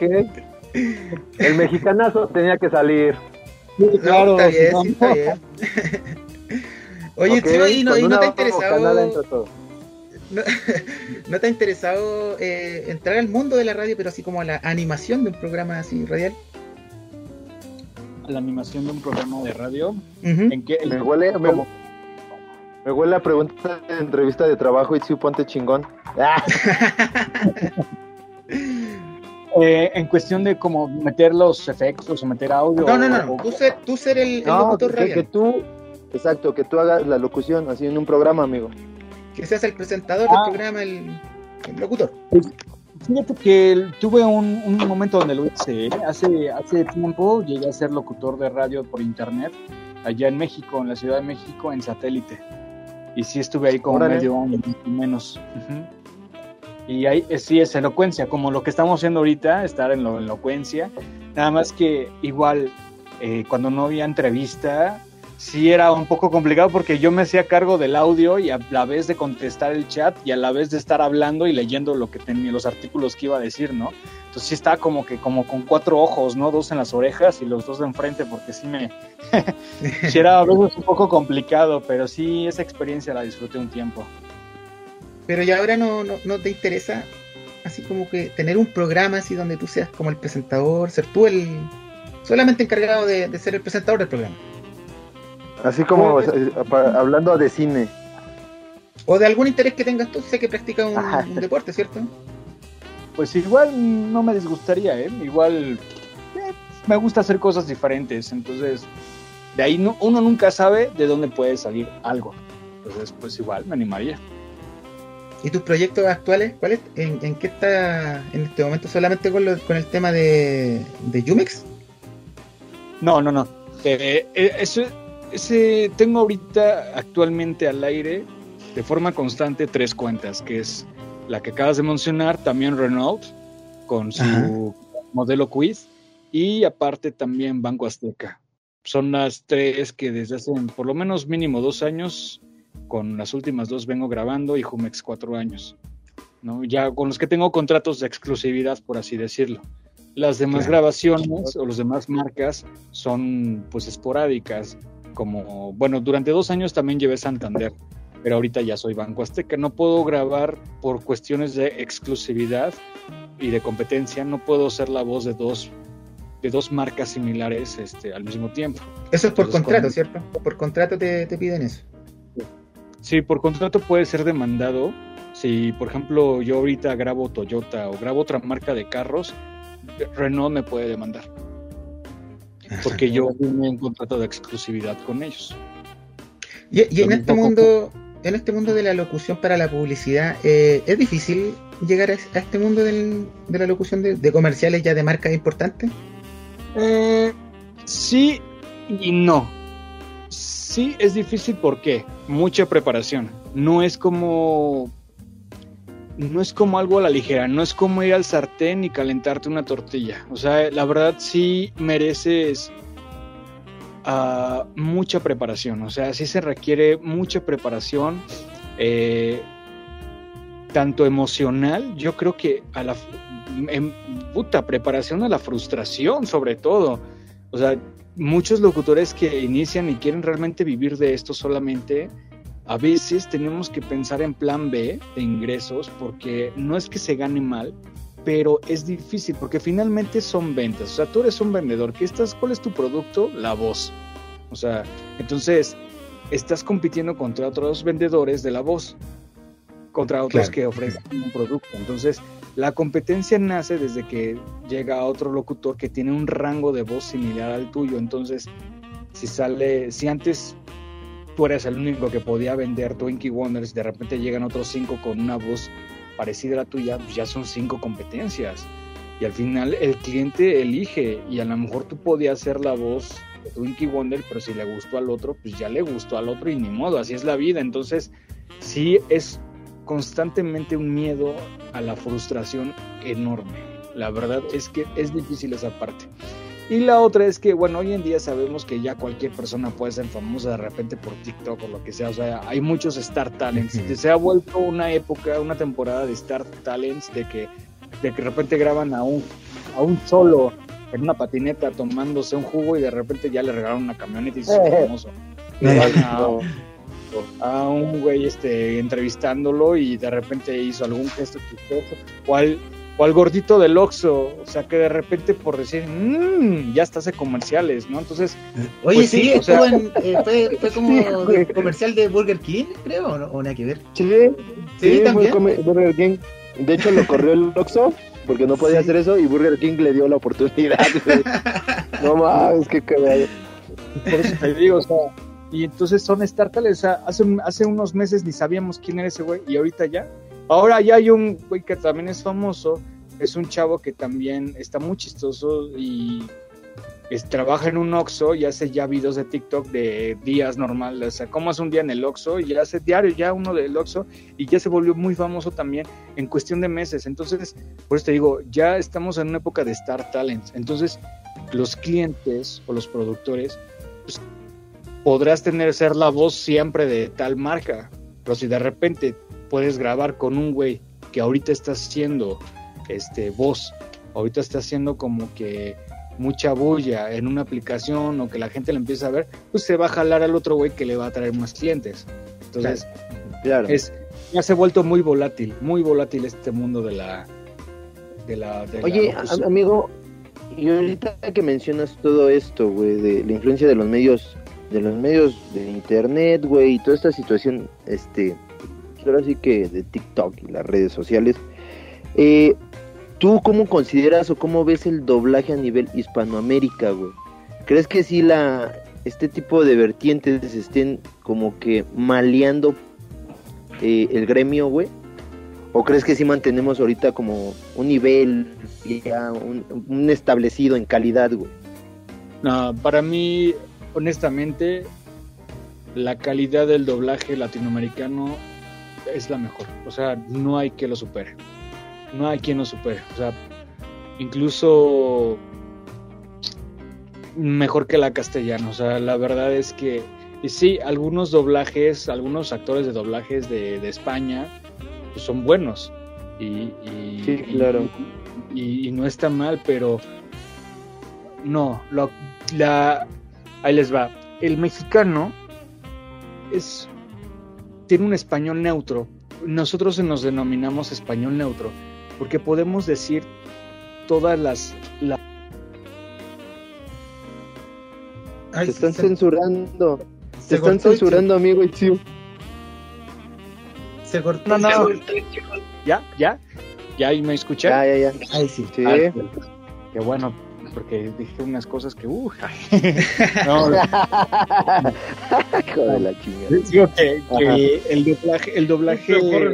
El mexicanazo tenía que salir. Claro, está bien, no, sí, está bien. Oye, Ok, Chema, ¿y no con te ha una interesado? bocanada entra todo. ¿No te ha interesado entrar al mundo de la radio, pero así como a la animación de un programa así radial? la animación de un programa de radio. Ujú. ¿En qué? Me huele a pregunta de entrevista de trabajo y ponte chingón. En cuestión de cómo meter los efectos o meter audio. No. Tú ser el locutor radial. Que tú hagas la locución así en un programa, amigo. Que seas el presentador del programa, el locutor. Fíjate que tuve un momento donde lo hice. Hace tiempo llegué a ser locutor de radio por internet, allá en México, en la Ciudad de México, en satélite. Y sí estuve ahí como medio año y menos. Uh-huh. Y ahí sí es elocuencia, como lo que estamos haciendo ahorita, estar en elocuencia. Nada más que igual, cuando no había entrevista, sí era un poco complicado porque yo me hacía cargo del audio y a la vez de contestar el chat y a la vez de estar hablando y leyendo lo que tenía, los artículos que iba a decir, ¿no? Entonces sí estaba como con 4 ojos, ¿no? 2 en las orejas y los 2 de enfrente, porque sí sí era a veces un poco complicado, pero sí esa experiencia la disfruté un tiempo. Pero ya ahora no te interesa así como que tener un programa así donde tú seas como el presentador, ser tú solamente encargado de ser el presentador del programa. Así como hablando de cine. O de algún interés que tengas tú, sé que practicas un deporte, ¿cierto? Pues igual no me disgustaría, igual me gusta hacer cosas diferentes, entonces de ahí uno nunca sabe de dónde puede salir algo, entonces pues igual me animaría. ¿Y tus proyectos actuales, cuáles? ¿En qué está en este momento? ¿Solamente con el tema de Yumex? No. Tengo ahorita actualmente al aire de forma constante 3 cuentas, que es la que acabas de mencionar, también Renault con su modelo Quiz, y aparte también Banco Azteca. Son las 3 que desde hace por lo menos mínimo 2 años, con las últimas 2 vengo grabando, y Jumex 4 años, ¿no? Ya con los que tengo contratos de exclusividad, por así decirlo. Las demás grabaciones o las demás marcas son pues esporádicas, como, bueno, durante 2 años también llevé Santander, pero ahorita ya soy Banco Azteca. No puedo grabar por cuestiones de exclusividad y de competencia, no puedo ser la voz de dos marcas similares al mismo tiempo. Eso es por contrato, ¿cierto? Por contrato te piden eso. Sí, por contrato puede ser demandado. Si, por ejemplo, yo ahorita grabo Toyota o grabo otra marca de carros, Renault me puede demandar. Porque yo tengo un contrato de exclusividad con ellos. Y en este mundo de la locución para la publicidad, ¿es difícil llegar a este mundo de la locución de comerciales ya de marcas importantes? Sí y no. Sí es difícil porque mucha preparación. No es como algo a la ligera, no es como ir al sartén y calentarte una tortilla. O sea, la verdad sí mereces mucha preparación. O sea, sí se requiere mucha preparación, tanto emocional, yo creo que preparación a la frustración sobre todo. O sea, muchos locutores que inician y quieren realmente vivir de esto solamente, a veces tenemos que pensar en plan B de ingresos, porque no es que se gane mal, pero es difícil, porque finalmente son ventas. O sea, tú eres un vendedor. ¿Cuál es tu producto? La voz. O sea, entonces estás compitiendo contra otros vendedores de la voz, contra otros que ofrecen un producto. Entonces, la competencia nace desde que llega otro locutor que tiene un rango de voz similar al tuyo. Entonces, si antes tú eras el único que podía vender Twinkie Wonders, de repente llegan otros 5 con una voz parecida a la tuya, pues ya son 5 competencias. Y al final el cliente elige, y a lo mejor tú podías hacer la voz de Twinkie Wonder, pero si le gustó al otro, pues ya le gustó al otro y ni modo, así es la vida. Entonces sí es constantemente un miedo a la frustración enorme. La verdad es que es difícil esa parte. Y la otra es que, bueno, hoy en día sabemos que ya cualquier persona puede ser famosa de repente por TikTok o lo que sea. O sea, hay muchos Star Talents. Se ha vuelto una época, una temporada de Star Talents de que de repente graban a un solo en una patineta tomándose un jugo y de repente ya le regalaron una camioneta y se hizo famoso. A un güey entrevistándolo y de repente hizo algún gesto chistoso o al gordito del Oxxo, o sea que de repente por decir ya está hace comerciales, ¿no? Entonces oye, pues sí, o sea, fue como de comercial de Burger King, creo, o nada que ver. Sí, también. Burger King. De hecho lo corrió el Oxxo porque no podía hacer eso y Burger King le dio la oportunidad. No mames, qué cagado. Por eso te digo, o sea, y entonces son Star Talents, o sea, hace unos meses ni sabíamos quién era ese güey y ahorita ya. Ahora ya hay un güey que también es famoso, es un chavo que también está muy chistoso y trabaja en un Oxxo y hace ya videos de TikTok de días normales, o sea, cómo hace un día en el Oxxo y hace diario ya uno del Oxxo y ya se volvió muy famoso también en cuestión de meses. Entonces, por eso te digo, ya estamos en una época de Star Talents. Entonces, los clientes o los productores, pues, podrás ser la voz siempre de tal marca, pero si de repente puedes grabar con un güey que ahorita está haciendo voz, ahorita está haciendo como que mucha bulla en una aplicación o que la gente le empieza a ver, pues se va a jalar al otro güey que le va a traer más clientes. Entonces, claro. Ya se ha vuelto muy volátil este mundo de la Oye, amigo, y ahorita que mencionas todo esto, güey, de la influencia de los medios de internet, güey, y toda esta situación, ahora sí que de TikTok y las redes sociales, ¿tú cómo consideras o cómo ves el doblaje a nivel Hispanoamérica, güey? ¿Crees que sí este tipo de vertientes estén como que maleando el gremio, güey? ¿O crees que sí mantenemos ahorita como un nivel ya un establecido en calidad, güey? No, para mí, honestamente, la calidad del doblaje latinoamericano es la mejor. O sea, no hay quien lo supere. No hay quien lo supere. O sea, incluso mejor que la castellana. O sea, la verdad es que sí, algunos actores de doblajes de España pues son buenos. Sí, claro. Y no está mal, pero no, ahí les va. El mexicano tiene un español neutro. Nosotros nos denominamos español neutro porque podemos decir todas Te están censurando. Te están censurando, amigo Itziu. Se cortó. No. ¿Ya? ¿Ya me escuché? Ya. Ahí sí. Sí. Qué bueno, porque dije unas cosas que no, hijo de la chingada. digo que el doblaje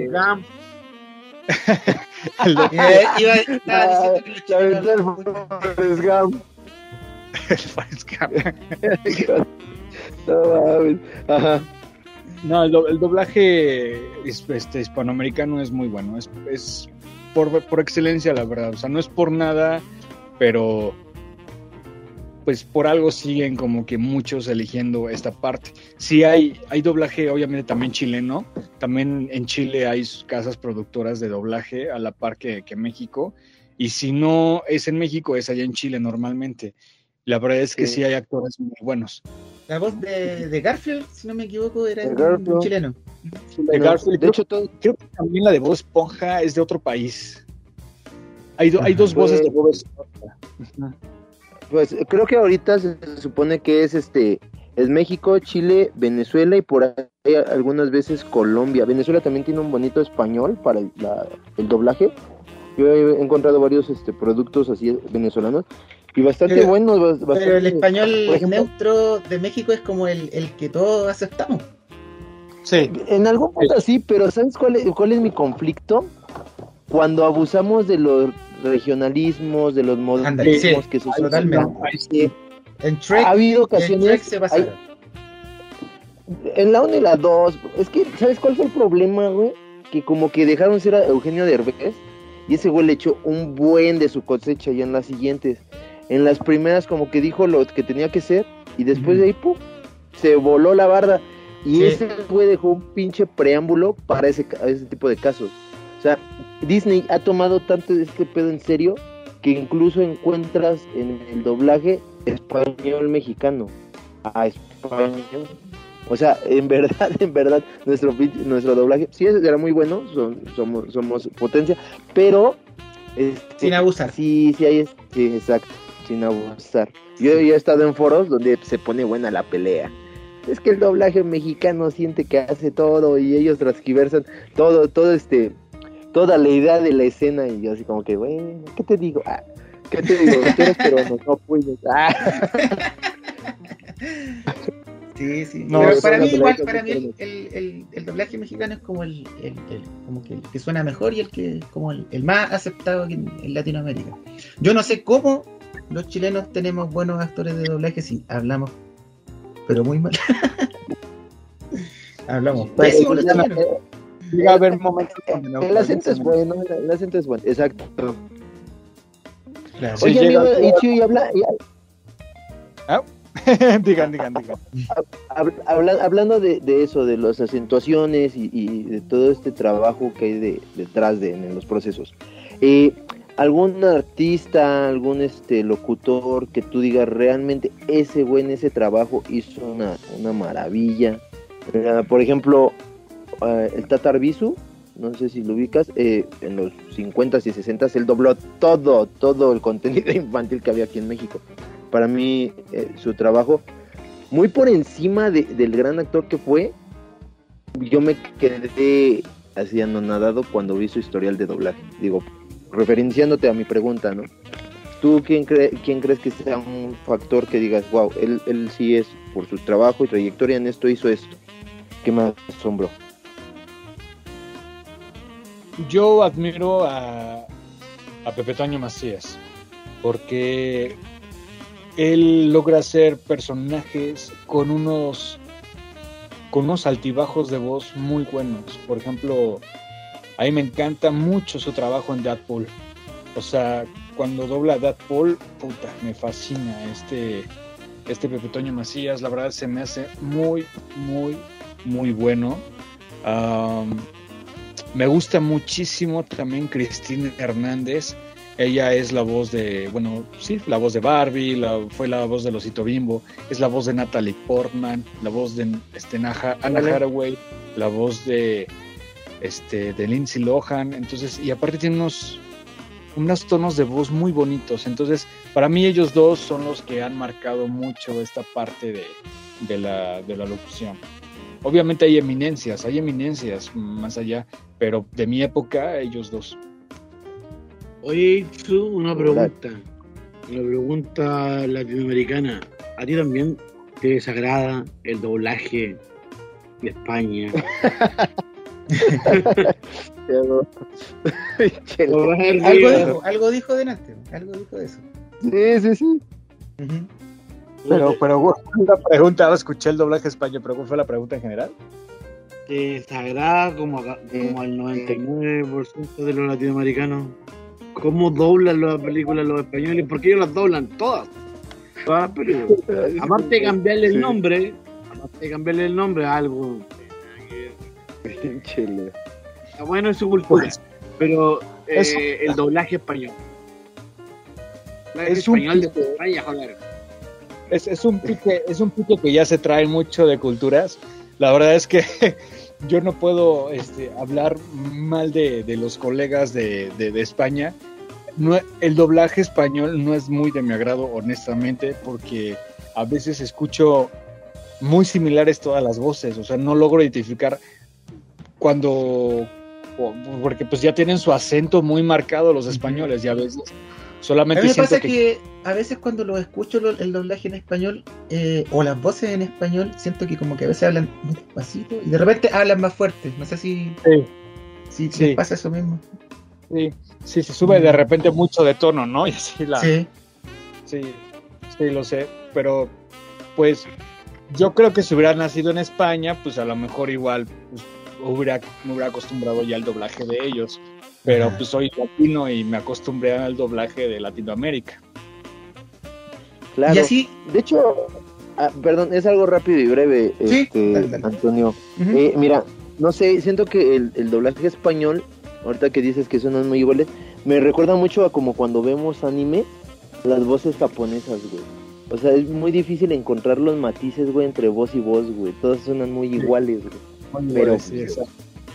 No, el doblaje hispanoamericano es muy bueno, es por excelencia, la verdad. O sea, no es por nada, pero pues por algo siguen como que muchos eligiendo esta parte. Sí hay doblaje, obviamente también chileno. También en Chile hay casas productoras de doblaje a la par que México. Y si no es en México, es allá en Chile normalmente. La verdad es que sí hay actores muy buenos. La voz de Garfield, si no me equivoco, era un chileno. De Garfield, de hecho, creo que también la de Bob Esponja es de otro país. Hay dos voces de Bob Esponja. Pues creo que ahorita se supone que es México, Chile, Venezuela y por ahí algunas veces Colombia. Venezuela también tiene un bonito español para el doblaje. Yo he encontrado varios productos así venezolanos Y bastante Pero- buenos. Pero el español por ejemplo, neutro de México es como el que todos aceptamos. Sí, en algún punto sí, pero ¿sabes cuál es mi conflicto? Cuando abusamos de los regionalismos, de los Ándale, sí, modismos que se usan. totalmente. Sí. En Trek, Ha habido en ocasiones. Trek se pasaron. En la 1 y la 2, es que, ¿sabes cuál fue el problema, güey? Que como que dejaron ser a Eugenio Derbez y ese güey le echó un buen de su cosecha ya en las siguientes. En las primeras como que dijo lo que tenía que ser y después de ahí, ¡pum!, se voló la barda. Y Sí. ese güey dejó un pinche preámbulo para ese tipo de casos. O sea, Disney ha tomado tanto este pedo en serio que incluso encuentras en el doblaje español mexicano a español. O sea, en verdad, nuestro doblaje sí era muy bueno, somos potencia, pero Sin abusar. Sí, sí exacto, sin abusar. Yo ya he estado en foros donde se pone buena la pelea. Es que el doblaje mexicano siente que hace todo y ellos transgiversan toda la idea de la escena y yo así como que, bueno, ¿qué te digo? ¿Qué te digo? Tú eres peruano, no puedes. Sí, sí. No, pero es para una mí pelea igual, con para mí diferencia. el doblaje mexicano es como como que el que suena mejor y como el más aceptado aquí en Latinoamérica. Yo no sé cómo los chilenos tenemos buenos actores de doblaje si hablamos, pero muy mal. Hablamos pésimo los chilenos. llega a haber momentos donde no El acento es podemos. bueno, el acento es bueno, exacto. Claro. Sí, Oye, llega- amigo, y Chuy, digan. hablando de eso, de las acentuaciones y de todo este trabajo que hay detrás en los procesos, ¿algún artista, algún locutor que tú digas realmente ese güey en ese trabajo hizo una maravilla? Por ejemplo, el Tata Arbizu, no sé si lo ubicas, en los 50s y 60s él dobló todo el contenido infantil que había aquí en México. Para mí, su trabajo, muy por encima del gran actor que fue, yo me quedé así anonadado cuando vi su historial de doblaje. Digo, referenciándote a mi pregunta, ¿no? ¿Tú quién crees que sea un factor que digas, wow, él sí es, por su trabajo y trayectoria en esto, hizo esto? ¿Qué me asombró? Yo admiro a Pepe Toño Macías porque él logra hacer personajes con unos altibajos de voz muy buenos. Por ejemplo, a mí me encanta mucho su trabajo en Deadpool. O sea, cuando dobla a Deadpool, puta, me fascina este Pepe Toño Macías. La verdad se me hace muy, muy, muy bueno. Me gusta muchísimo también Cristina Hernández. Ella es la voz de, la voz de Barbie, fue la voz de Losito Bimbo, es la voz de Natalie Portman, la voz de Anna Hathaway, la voz de Lindsay Lohan. Entonces, y aparte tiene unos tonos de voz muy bonitos. Entonces, para mí ellos dos son los que han marcado mucho esta parte de la locución. Obviamente hay eminencias más allá, pero de mi época, ellos dos. Oye, Itsu, una pregunta latinoamericana. ¿A ti también te desagrada el doblaje de España? Algo dijo delante, algo dijo de eso. Sí. Uh-huh. Pero la pregunta, escuché el doblaje español, pero ¿cuál fue la pregunta en general? ¿Te desagrada como al 99% de los latinoamericanos? ¿Cómo doblan las películas los españoles? Porque ellos las doblan todas. Todas las películas. Aparte de cambiarle el nombre, a algo. Chile. Bueno, es su cultura. Pero el doblaje español. Es un español de España, joder. Es un pique que ya se trae mucho de culturas. La verdad es que yo no puedo hablar mal de los colegas de España. No, el doblaje español no es muy de mi agrado, honestamente, porque a veces escucho muy similares todas las voces. O sea, no logro identificar porque pues ya tienen su acento muy marcado los españoles, y a veces Solamente A mí me siento pasa que a veces cuando lo escucho el doblaje en español o las voces en español, siento que como que a veces hablan muy despacito y de repente hablan más fuerte. No sé si Sí. les pasa eso mismo. Sí, se sube de repente mucho de tono, ¿no? Y así Sí. Sí, lo sé, pero pues yo creo que si hubiera nacido en España, pues a lo mejor igual pues, me hubiera acostumbrado ya al doblaje de ellos, pero Ajá. pues soy latino y me acostumbré al doblaje de Latinoamérica. Claro. Y así. De hecho, perdón, es algo rápido y breve, Sí, dale. Antonio. Ujú. Mira, no sé, siento que el doblaje español, ahorita que dices que suenan muy iguales, me recuerda mucho a como cuando vemos anime, las voces japonesas, güey. O sea, es muy difícil encontrar los matices, güey, entre voz y voz, güey. Todas suenan muy iguales, güey. Pero, sí, exacto.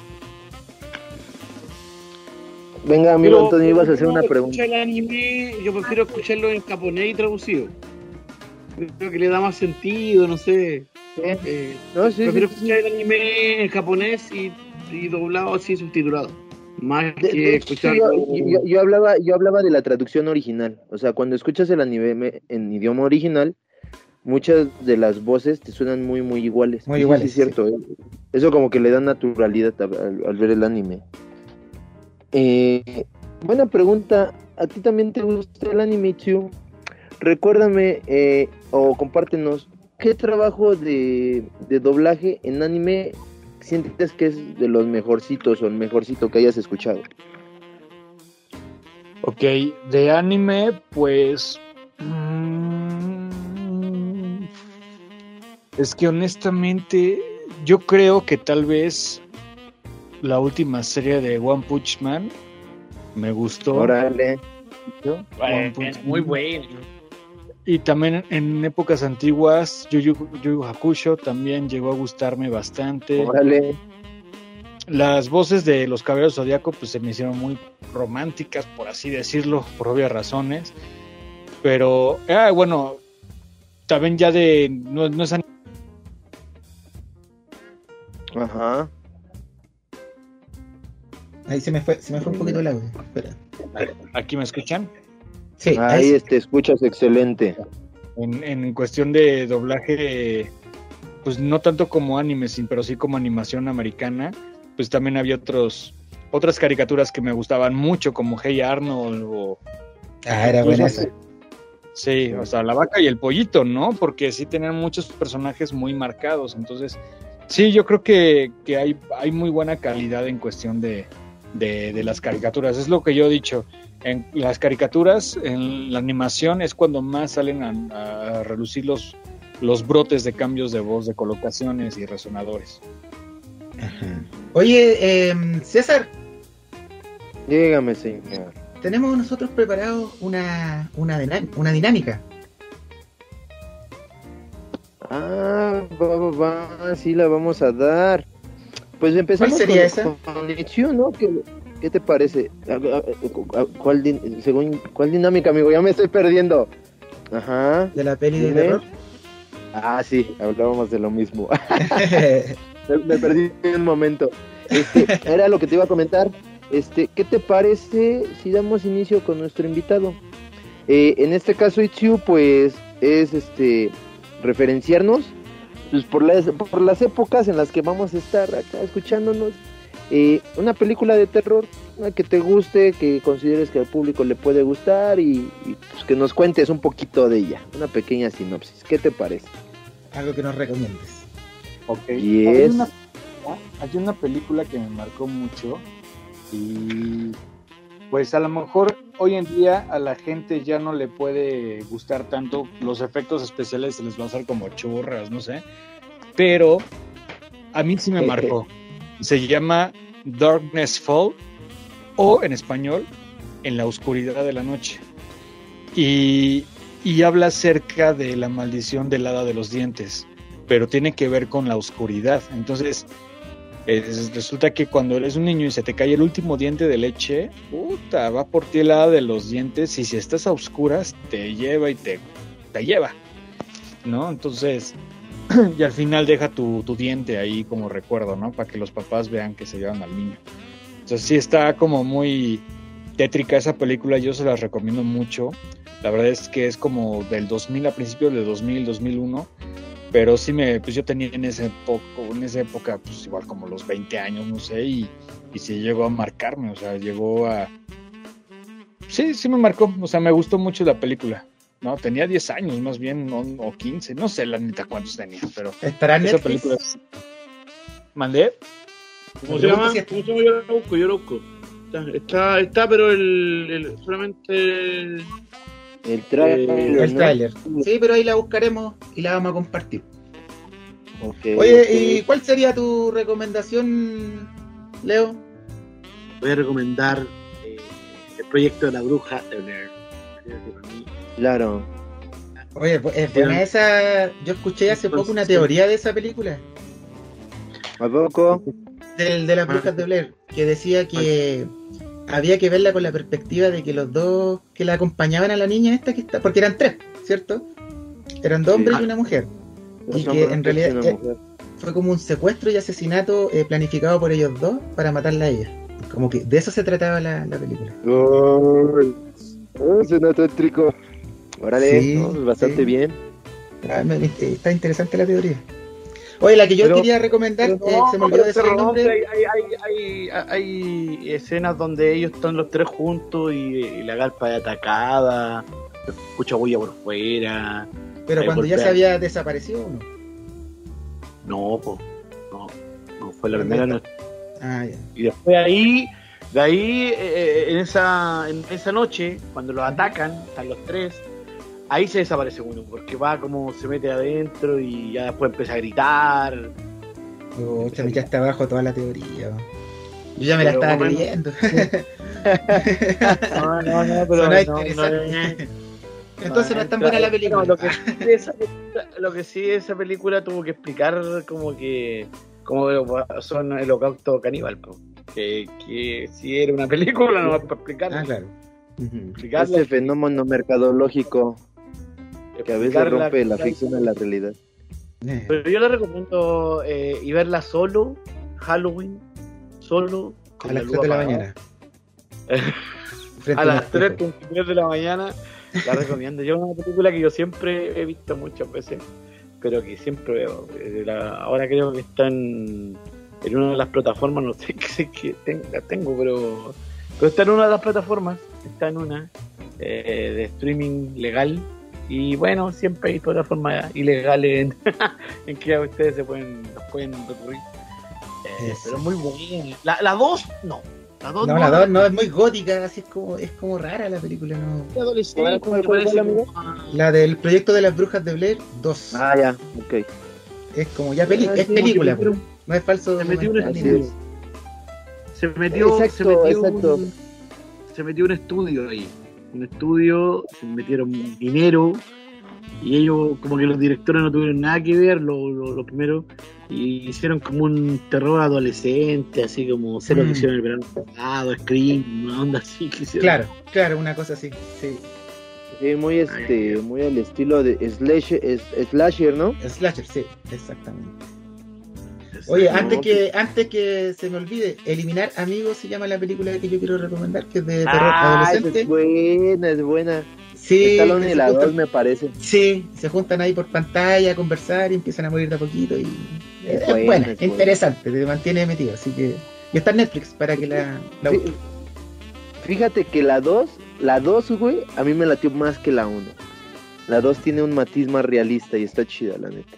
Venga, amigo Pero, Antonio, ibas a hacer yo una pregunta. escucho el anime, yo prefiero escucharlo en japonés y traducido. Creo que le da más sentido, no sé. No, sí, Prefiero sí. escuchar el anime en japonés y doblado así subtitulado. Más De que hecho, escucharlo. yo hablaba de la traducción original. O sea, cuando escuchas el anime en idioma original, muchas de las voces te suenan muy, muy iguales. Muy Y iguales, sí, es cierto. Eso como que le da naturalidad al ver el anime. Buena pregunta. ¿A ti también te gusta el anime, Chu? Recuérdame o compártenos, ¿qué trabajo de doblaje en anime sientes que es de los mejorcitos o el mejorcito que hayas escuchado? Ok, de anime, pues... es que honestamente yo creo que tal vez la última serie de One Punch Man me gustó. Órale. One Punch Man. Muy bueno. Y también en épocas antiguas, Yu Yu Hakusho también llegó a gustarme bastante. Órale. Las voces de los Caballeros Zodíaco pues se me hicieron muy románticas, por así decirlo, por obvias razones. Pero, bueno, también ya de... No es Ajá. Ahí se me fue un poquito el audio. Espera. ¿Aquí me escuchan? Sí, Ahí te escuchas excelente. En cuestión de doblaje, pues no tanto como anime, pero sí como animación americana, pues también había otras caricaturas que me gustaban mucho, como Hey Arnold o... era buena esa. Sí, o sea, la vaca y el pollito, ¿no? Porque sí tenían muchos personajes muy marcados, entonces sí, yo creo que hay muy buena calidad en cuestión de las caricaturas, es lo que yo he dicho. En las caricaturas, en la animación es cuando más salen a relucir los brotes de cambios de voz, de colocaciones y resonadores. Ajá. Oye, César, Dígame, señor. tenemos nosotros preparados una dinámica. Va, sí la vamos a dar. Pues empezamos ¿Cuál sería esa? con Ichiu, ¿no? ¿Qué te parece? ¿Cuál dinámica, amigo? Ya me estoy perdiendo. Ajá. De la peli de Dime. terror. Sí, hablábamos de lo mismo. Me perdí un momento. Era lo que te iba a comentar. ¿Qué te parece si damos inicio con nuestro invitado? En este caso, Ichiu, pues, es referenciarnos pues, por las épocas en las que vamos a estar acá escuchándonos. Una película de terror, una que te guste, que consideres que al público le puede gustar y pues que nos cuentes un poquito de ella, una pequeña sinopsis. ¿Qué te parece? Algo que nos recomiendes. Ok. Yes. Hay una película que me marcó mucho y pues a lo mejor hoy en día a la gente ya no le puede gustar tanto, los efectos especiales se les va a hacer como churras, no sé, pero a mí sí me marcó. Se llama Darkness Fall o en español En la oscuridad de la noche y habla acerca de la maldición del hada de los dientes, pero tiene que ver con la oscuridad. Entonces resulta que cuando eres un niño y se te cae el último diente de leche, puta, va por ti el hada de los dientes y si estás a oscuras te lleva y te lleva, ¿no? Entonces y al final deja tu diente ahí como recuerdo, ¿no? Para que los papás vean que se llevan al niño. Entonces sí está como muy tétrica esa película, yo se las recomiendo mucho. La verdad es que es como del 2000, a principios de 2000, 2001, pero sí pues yo tenía en esa época, pues igual como los 20 años, no sé, y sí llegó a marcarme, o sea, sí me marcó, o sea, me gustó mucho la película. No, tenía 10 años más bien, o 15, no sé la neta cuántos tenía, pero ¿Estará en esa Netflix? película ¿Mandé? ¿Cómo se llama? Yo lo busco. Está, pero solamente El trailer. El tráiler. Sí, pero ahí la buscaremos y la vamos a compartir. Okay, Oye, okay. ¿y cuál sería tu recomendación, Leo? voy a recomendar el proyecto de la bruja de Blair. Claro. Oye, es buena esa. Yo escuché hace poco una teoría de esa película, ¿A poco? de las brujas de Blair, que decía que había que verla con la perspectiva de que los dos que la acompañaban a la niña esta que está, porque eran tres, ¿cierto? Eran dos hombres y una mujer. Y que en realidad fue como un secuestro y asesinato planificado por ellos dos para matarla a ella. Como que de eso se trataba la película. Suena tétrico. Órale, Sí, ¿no? Bastante sí. bien. Está interesante la teoría. Oye, la que yo quería recomendar, se me olvidó decir el nombre. Hay escenas donde ellos están los tres juntos y la carpa es atacada, se escucha bulla por fuera. Pero Ahí cuando ya golpea. se había desaparecido, ¿o no? No fue la primera noche. Ah, ya. Y después de ahí, en esa noche, cuando los atacan, están los tres, ahí se desaparece uno, porque va como se mete adentro y ya después empieza a gritar. Pucha, me quedaste abajo toda la teoría. Yo ya me la Pero estaba bueno. creyendo. No, pero Sonaba no, interesante. Entonces no es tan buena la película. No, lo que sí esa película tuvo que explicar como son el holocausto caníbal, po. Que si era una película no va para explicar. Ah, claro. Ese fenómeno mercadológico que a veces rompe la ficción a la realidad. Pero yo le recomiendo y verla solo, Halloween, solo, A las 3 de la mañana. a las 3:23 de la mañana, la recomiendo. Yo es una película que yo siempre he visto muchas veces, pero que siempre veo. Ahora creo que está en una de las plataformas, no sé qué la tengo, pero está en una de las plataformas, está en una de streaming legal. Y bueno, siempre hay plataformas ilegales en que ustedes los pueden recurrir. Pero es muy buena. La 2 no. La 2 No, la 2 no, es muy gótica, así es como rara la película, ¿no? Adolescente, ¿Cuál, parece amigo? La del proyecto de las brujas de Blair 2. Ah, ya, ok. Es como ya es película, pues. No es falso. Se metió un documental ni estudio. nada. Se metió un estudio ahí. Un estudio, se metieron dinero y ellos, como que los directores no tuvieron nada que ver, lo primero, y hicieron como un terror adolescente, así como sé lo que hicieron el verano pasado, Scream, una onda así que hicieron. Claro, una cosa así, sí. Sí, muy muy al estilo de slasher, ¿no? Slasher, sí, exactamente. Oye, antes que se me olvide, Eliminar Amigos se llama la película que yo quiero recomendar, que es de terror adolescente. Es buena. Sí, Stallone y la 2 me parece. Sí, se juntan ahí por pantalla a conversar y empiezan a morir de a poquito y es buena, es interesante, te mantiene metido, así que y está en Netflix para que la busques. Fíjate que la 2, güey, a mí me latió más que la 1. La 2 tiene un matiz más realista y está chida, la neta.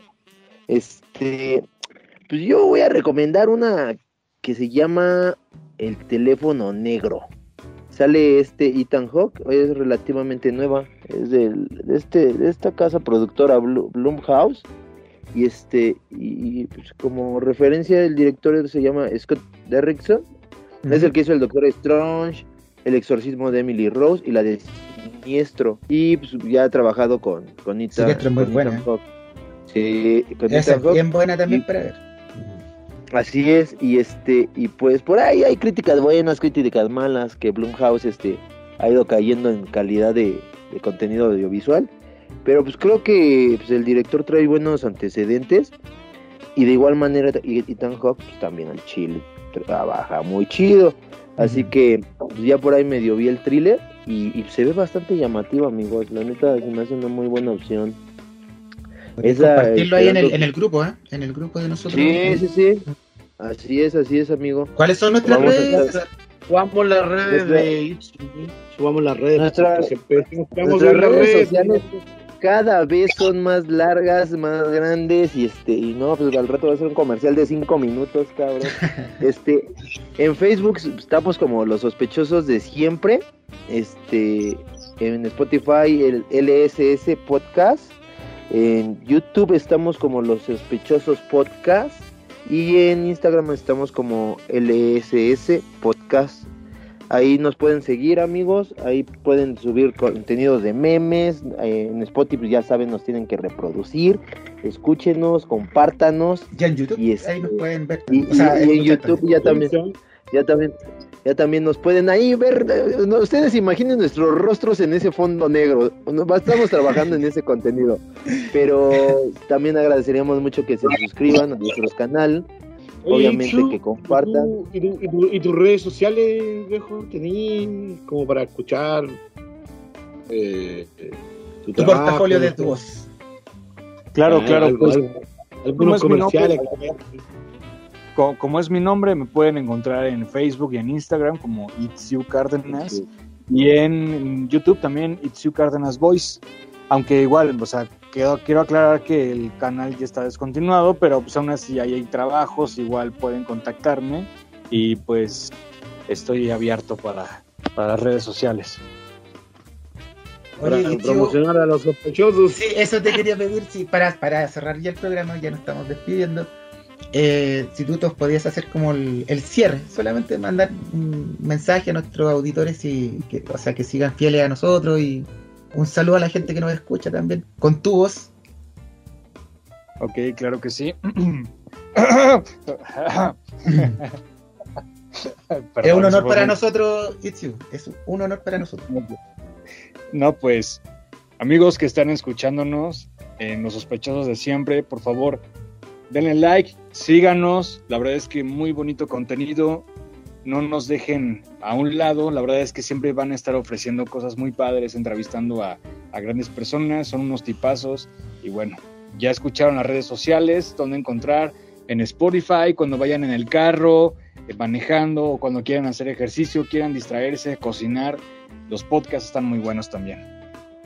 Pues yo voy a recomendar una que se llama El teléfono negro. Sale Ethan Hawke, es relativamente nueva, es de esta casa productora Blumhouse y y pues como referencia el director se llama Scott Derrickson, es el que hizo el Doctor Strange, El exorcismo de Emily Rose y la de Siniestro, y pues ya ha trabajado con Ethan. Siniestro es muy buena. Ethan Hawke. Sí, con Esa Ethan es Hawke. bien buena también para ver. Así es, y pues por ahí hay críticas buenas, críticas malas, que Blumhouse ha ido cayendo en calidad de contenido audiovisual, pero pues creo que pues, el director trae buenos antecedentes, y de igual manera Ethan Hawke pues, también al chile trabaja muy chido, Así que pues, ya por ahí medio vi el thriller y se ve bastante llamativo, amigos. La neta se me hace una muy buena opción. Compartirlo ahí en el grupo, ¿eh? En el grupo de nosotros. Sí. Así es, amigo. ¿Cuáles son nuestras redes? Subamos las redes de subamos las redes. Nuestras redes sociales cada vez son más largas, más grandes y no, pues al rato va a ser un comercial de 5 minutos, cabrón. En Facebook estamos como Los Sospechosos de Siempre. En Spotify el LSS Podcast. En YouTube estamos como Los Sospechosos Podcast. Y en Instagram estamos como LSS Podcast. Ahí nos pueden seguir, amigos. Ahí pueden subir contenidos de memes. En Spotify, ya saben, nos tienen que reproducir. Escúchenos, compártanos. Ya en YouTube, ahí nos pueden ver. Y en YouTube ya también nos pueden ahí ver. Ustedes imaginen nuestros rostros en ese fondo negro. Estamos trabajando en ese contenido. Pero también agradeceríamos mucho que se suscriban a nuestro canal. Obviamente que compartan. ¿Y tus redes sociales, viejo? ¿Tenías como para escuchar tu portafolio de tu voz? Claro. Pues, algunos comerciales. Como es mi nombre, me pueden encontrar en Facebook y en Instagram como It's You Cárdenas. Sí. Y en YouTube también It's You Cárdenas Voice. Aunque igual, o sea, quiero aclarar que el canal ya está descontinuado, pero pues aún así ahí hay trabajos, igual pueden contactarme y pues estoy abierto para las redes sociales. Oye, para promocionar a Los Sospechosos. Sí, eso te quería pedir, sí, para cerrar ya el programa, ya nos estamos despidiendo. Si tú nos podías hacer como el cierre, solamente mandar un mensaje a nuestros auditores que sigan fieles a nosotros y un saludo a la gente que nos escucha también, con tu voz. Ok, claro que sí. Es un honor para nosotros, It's You. Es un honor para nosotros. No, pues, amigos que están escuchándonos en Los Sospechosos de Siempre, por favor, denle like, síganos. La verdad es que muy bonito contenido. No nos dejen a un lado, la verdad es que siempre van a estar ofreciendo cosas muy padres, entrevistando a grandes personas, son unos tipazos. Y bueno, ya escucharon las redes sociales, donde encontrar en Spotify, cuando vayan en el carro, manejando, o cuando quieran hacer ejercicio, quieran distraerse, cocinar. Los podcasts están muy buenos también.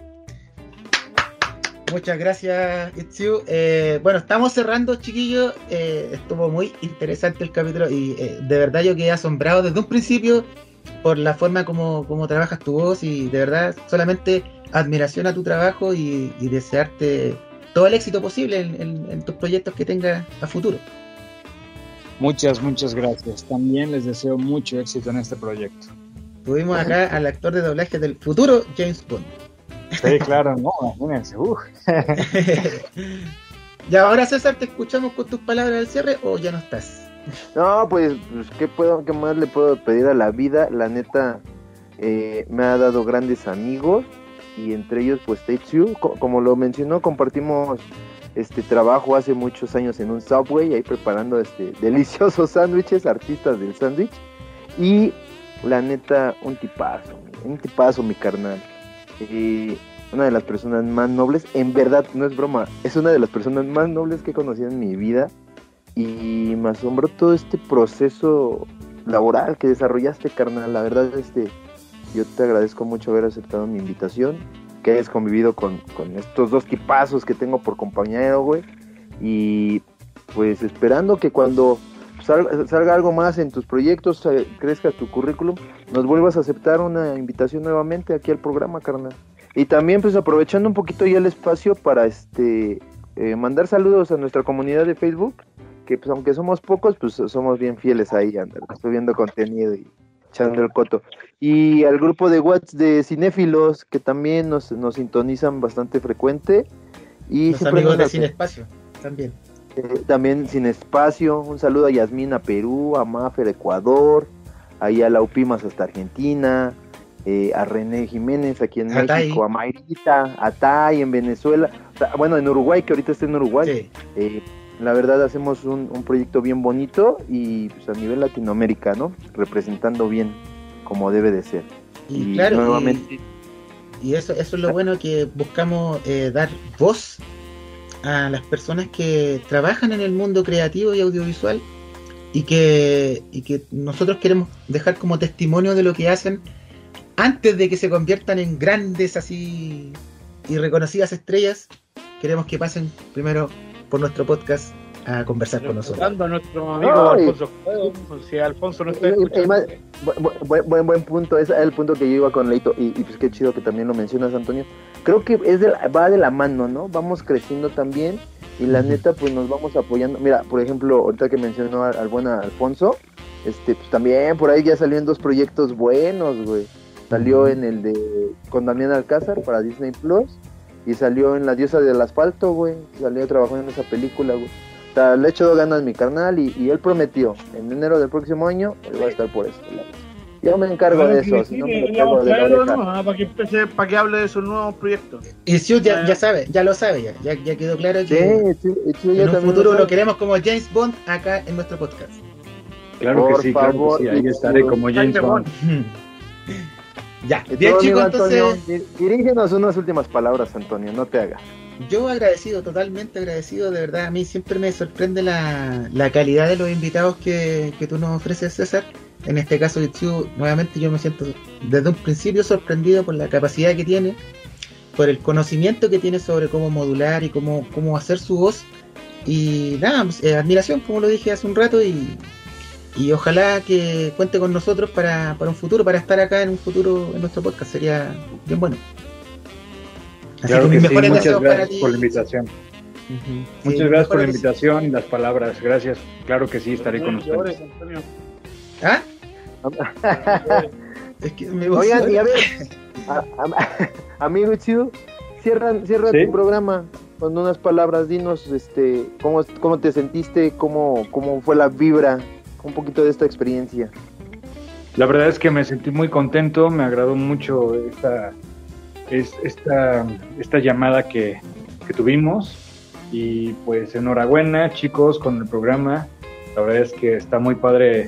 Muchas gracias, It's You. Bueno, estamos cerrando, chiquillos. Estuvo muy interesante el capítulo y de verdad yo quedé asombrado desde un principio por la forma como trabajas tu voz y de verdad solamente admiración a tu trabajo y desearte todo el éxito posible en tus proyectos que tengas a futuro. Muchas gracias. También les deseo mucho éxito en este proyecto. Tuvimos acá al actor de doblaje del futuro James Bond. Sí, claro, no, imagínense. Y ahora, César, ¿te escuchamos con tus palabras al cierre o ya no estás? No, pues ¿qué más le puedo pedir a la vida? La neta, me ha dado grandes amigos y entre ellos, pues, It's You. Como lo mencionó, compartimos trabajo hace muchos años en un Subway, ahí preparando deliciosos sándwiches, artistas del sándwich. Y la neta, un tipazo, mi carnal. Una de las personas más nobles, en verdad, no es broma, es una de las personas más nobles que he conocido en mi vida y me asombró todo este proceso laboral que desarrollaste, carnal. La verdad, yo te agradezco mucho haber aceptado mi invitación, que hayas convivido con estos dos tipazos que tengo por compañero, güey, y pues esperando que cuando salga algo más en tus proyectos, crezca tu currículum, nos vuelvas a aceptar una invitación nuevamente aquí al programa, carnal. Y también, pues, aprovechando un poquito ya el espacio para mandar saludos a nuestra comunidad de Facebook, que pues aunque somos pocos, pues somos bien fieles ahí, subiendo contenido y echando el coto. Y al grupo de WhatsApp de cinéfilos, que también nos sintonizan bastante frecuente. Y los amigos de Sin Espacio, también. También Sin Espacio, un saludo a Yasmín a Perú, a Mafer Ecuador, ahí a Laupimas hasta Argentina, a René Jiménez aquí en México, a Mayrita, a Tai en Venezuela. bueno, en Uruguay, que ahorita está en Uruguay. Sí. La verdad hacemos un proyecto bien bonito y pues a nivel Latinoamérica, ¿no? Representando bien como debe de ser. Y claro, nuevamente... y eso es lo bueno, que buscamos dar voz a las personas que trabajan en el mundo creativo y audiovisual y que nosotros queremos dejar como testimonio de lo que hacen antes de que se conviertan en grandes así y reconocidas estrellas. Queremos que pasen primero por nuestro podcast a conversar con nosotros. A nuestro amigo Alfonso Juego, si Alfonso no está escuchando. Buen punto, ese es el punto que yo iba con Leito, y pues qué chido que también lo mencionas, Antonio. Creo que va de la mano, ¿no? Vamos creciendo también, y la neta, pues nos vamos apoyando. Mira, por ejemplo, ahorita que mencionó al buen Alfonso, pues también por ahí ya salió en 2 proyectos buenos, güey. Salió en el con Damián Alcázar para Disney Plus, y salió en La Diosa del Asfalto, güey. Salió trabajando en esa película, güey. O sea, le he hecho ganas mi carnal, y él prometió, en enero del próximo año, él va a estar por esto. Yo me encargo de eso, si no me encargo de la oreja. Para que hable de sus nuevos proyectos. Y Siu ya sabe, ya lo sabe, ya quedó claro que sí, en un futuro lo queremos como James Bond acá en nuestro podcast. Claro que sí, favor, claro que sí, ahí estaré como James Bond. Ya, bien, chicos, entonces dirígenos unas últimas palabras, Antonio, no te hagas. Yo totalmente agradecido, de verdad. A mí siempre me sorprende la calidad de los invitados que tú nos ofreces, César. En este caso, Itziu, nuevamente yo me siento desde un principio sorprendido por la capacidad que tiene, por el conocimiento que tiene sobre cómo modular y cómo hacer su voz. Y nada, pues, admiración, como lo dije hace un rato, y ojalá que cuente con nosotros para un futuro, para estar acá en un futuro en nuestro podcast. Sería bien bueno. Así claro que sí, muchas gracias por la invitación. Muchas gracias por la invitación y las palabras. Gracias. Claro que sí, estaré con ustedes. ¿Ah? Es que me oigan, y a ver, amigo chido, cierra tu programa con unas palabras. Dinos, cómo te sentiste, cómo fue la vibra, un poquito de esta experiencia. La verdad es que me sentí muy contento, me agradó mucho esta llamada que tuvimos, y pues enhorabuena, chicos, con el programa. La verdad es que está muy padre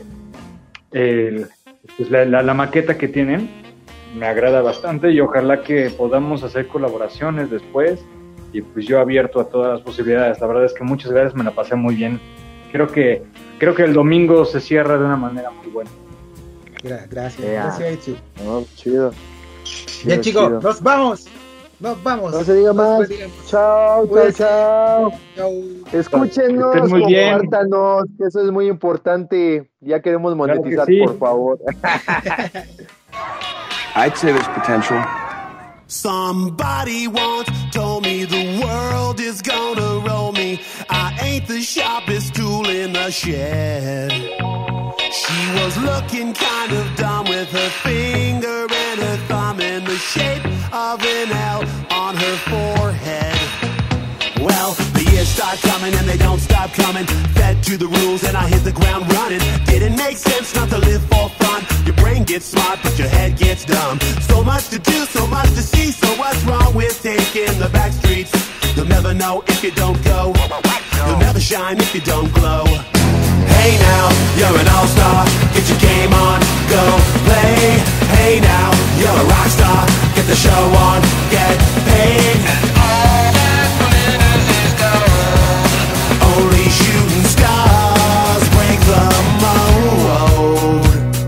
pues la maqueta que tienen, me agrada bastante, y ojalá que podamos hacer colaboraciones después, y pues yo abierto a todas las posibilidades. La verdad es que muchas gracias, me la pasé muy bien. Creo que el domingo se cierra de una manera muy buena. Gracias, Itziu. No, chido. Bien, chicos, nos vamos. No se diga más. Chao. Escúchenos, compártanos, que eso es muy importante. Ya queremos monetizar, claro, por favor. I'd say there's potential. Somebody once told me the world is gonna roll me. I ain't the sharpest tool in the shed. She was looking kind of dumb with her finger and her thumb in the shape of an L on her forehead. Well, the years start coming and they don't stop coming. Fed to the rules and I hit the ground running. Didn't make sense not to live for fun. Your brain gets smart but your head gets dumb. So much to do, so much to see. So what's wrong with taking the back streets? You'll never know if you don't go. You'll never shine if you don't glow. Hey now, you're an all-star. Get your game on, go play. Hey now, you're a rock star. Get the show on, get paid.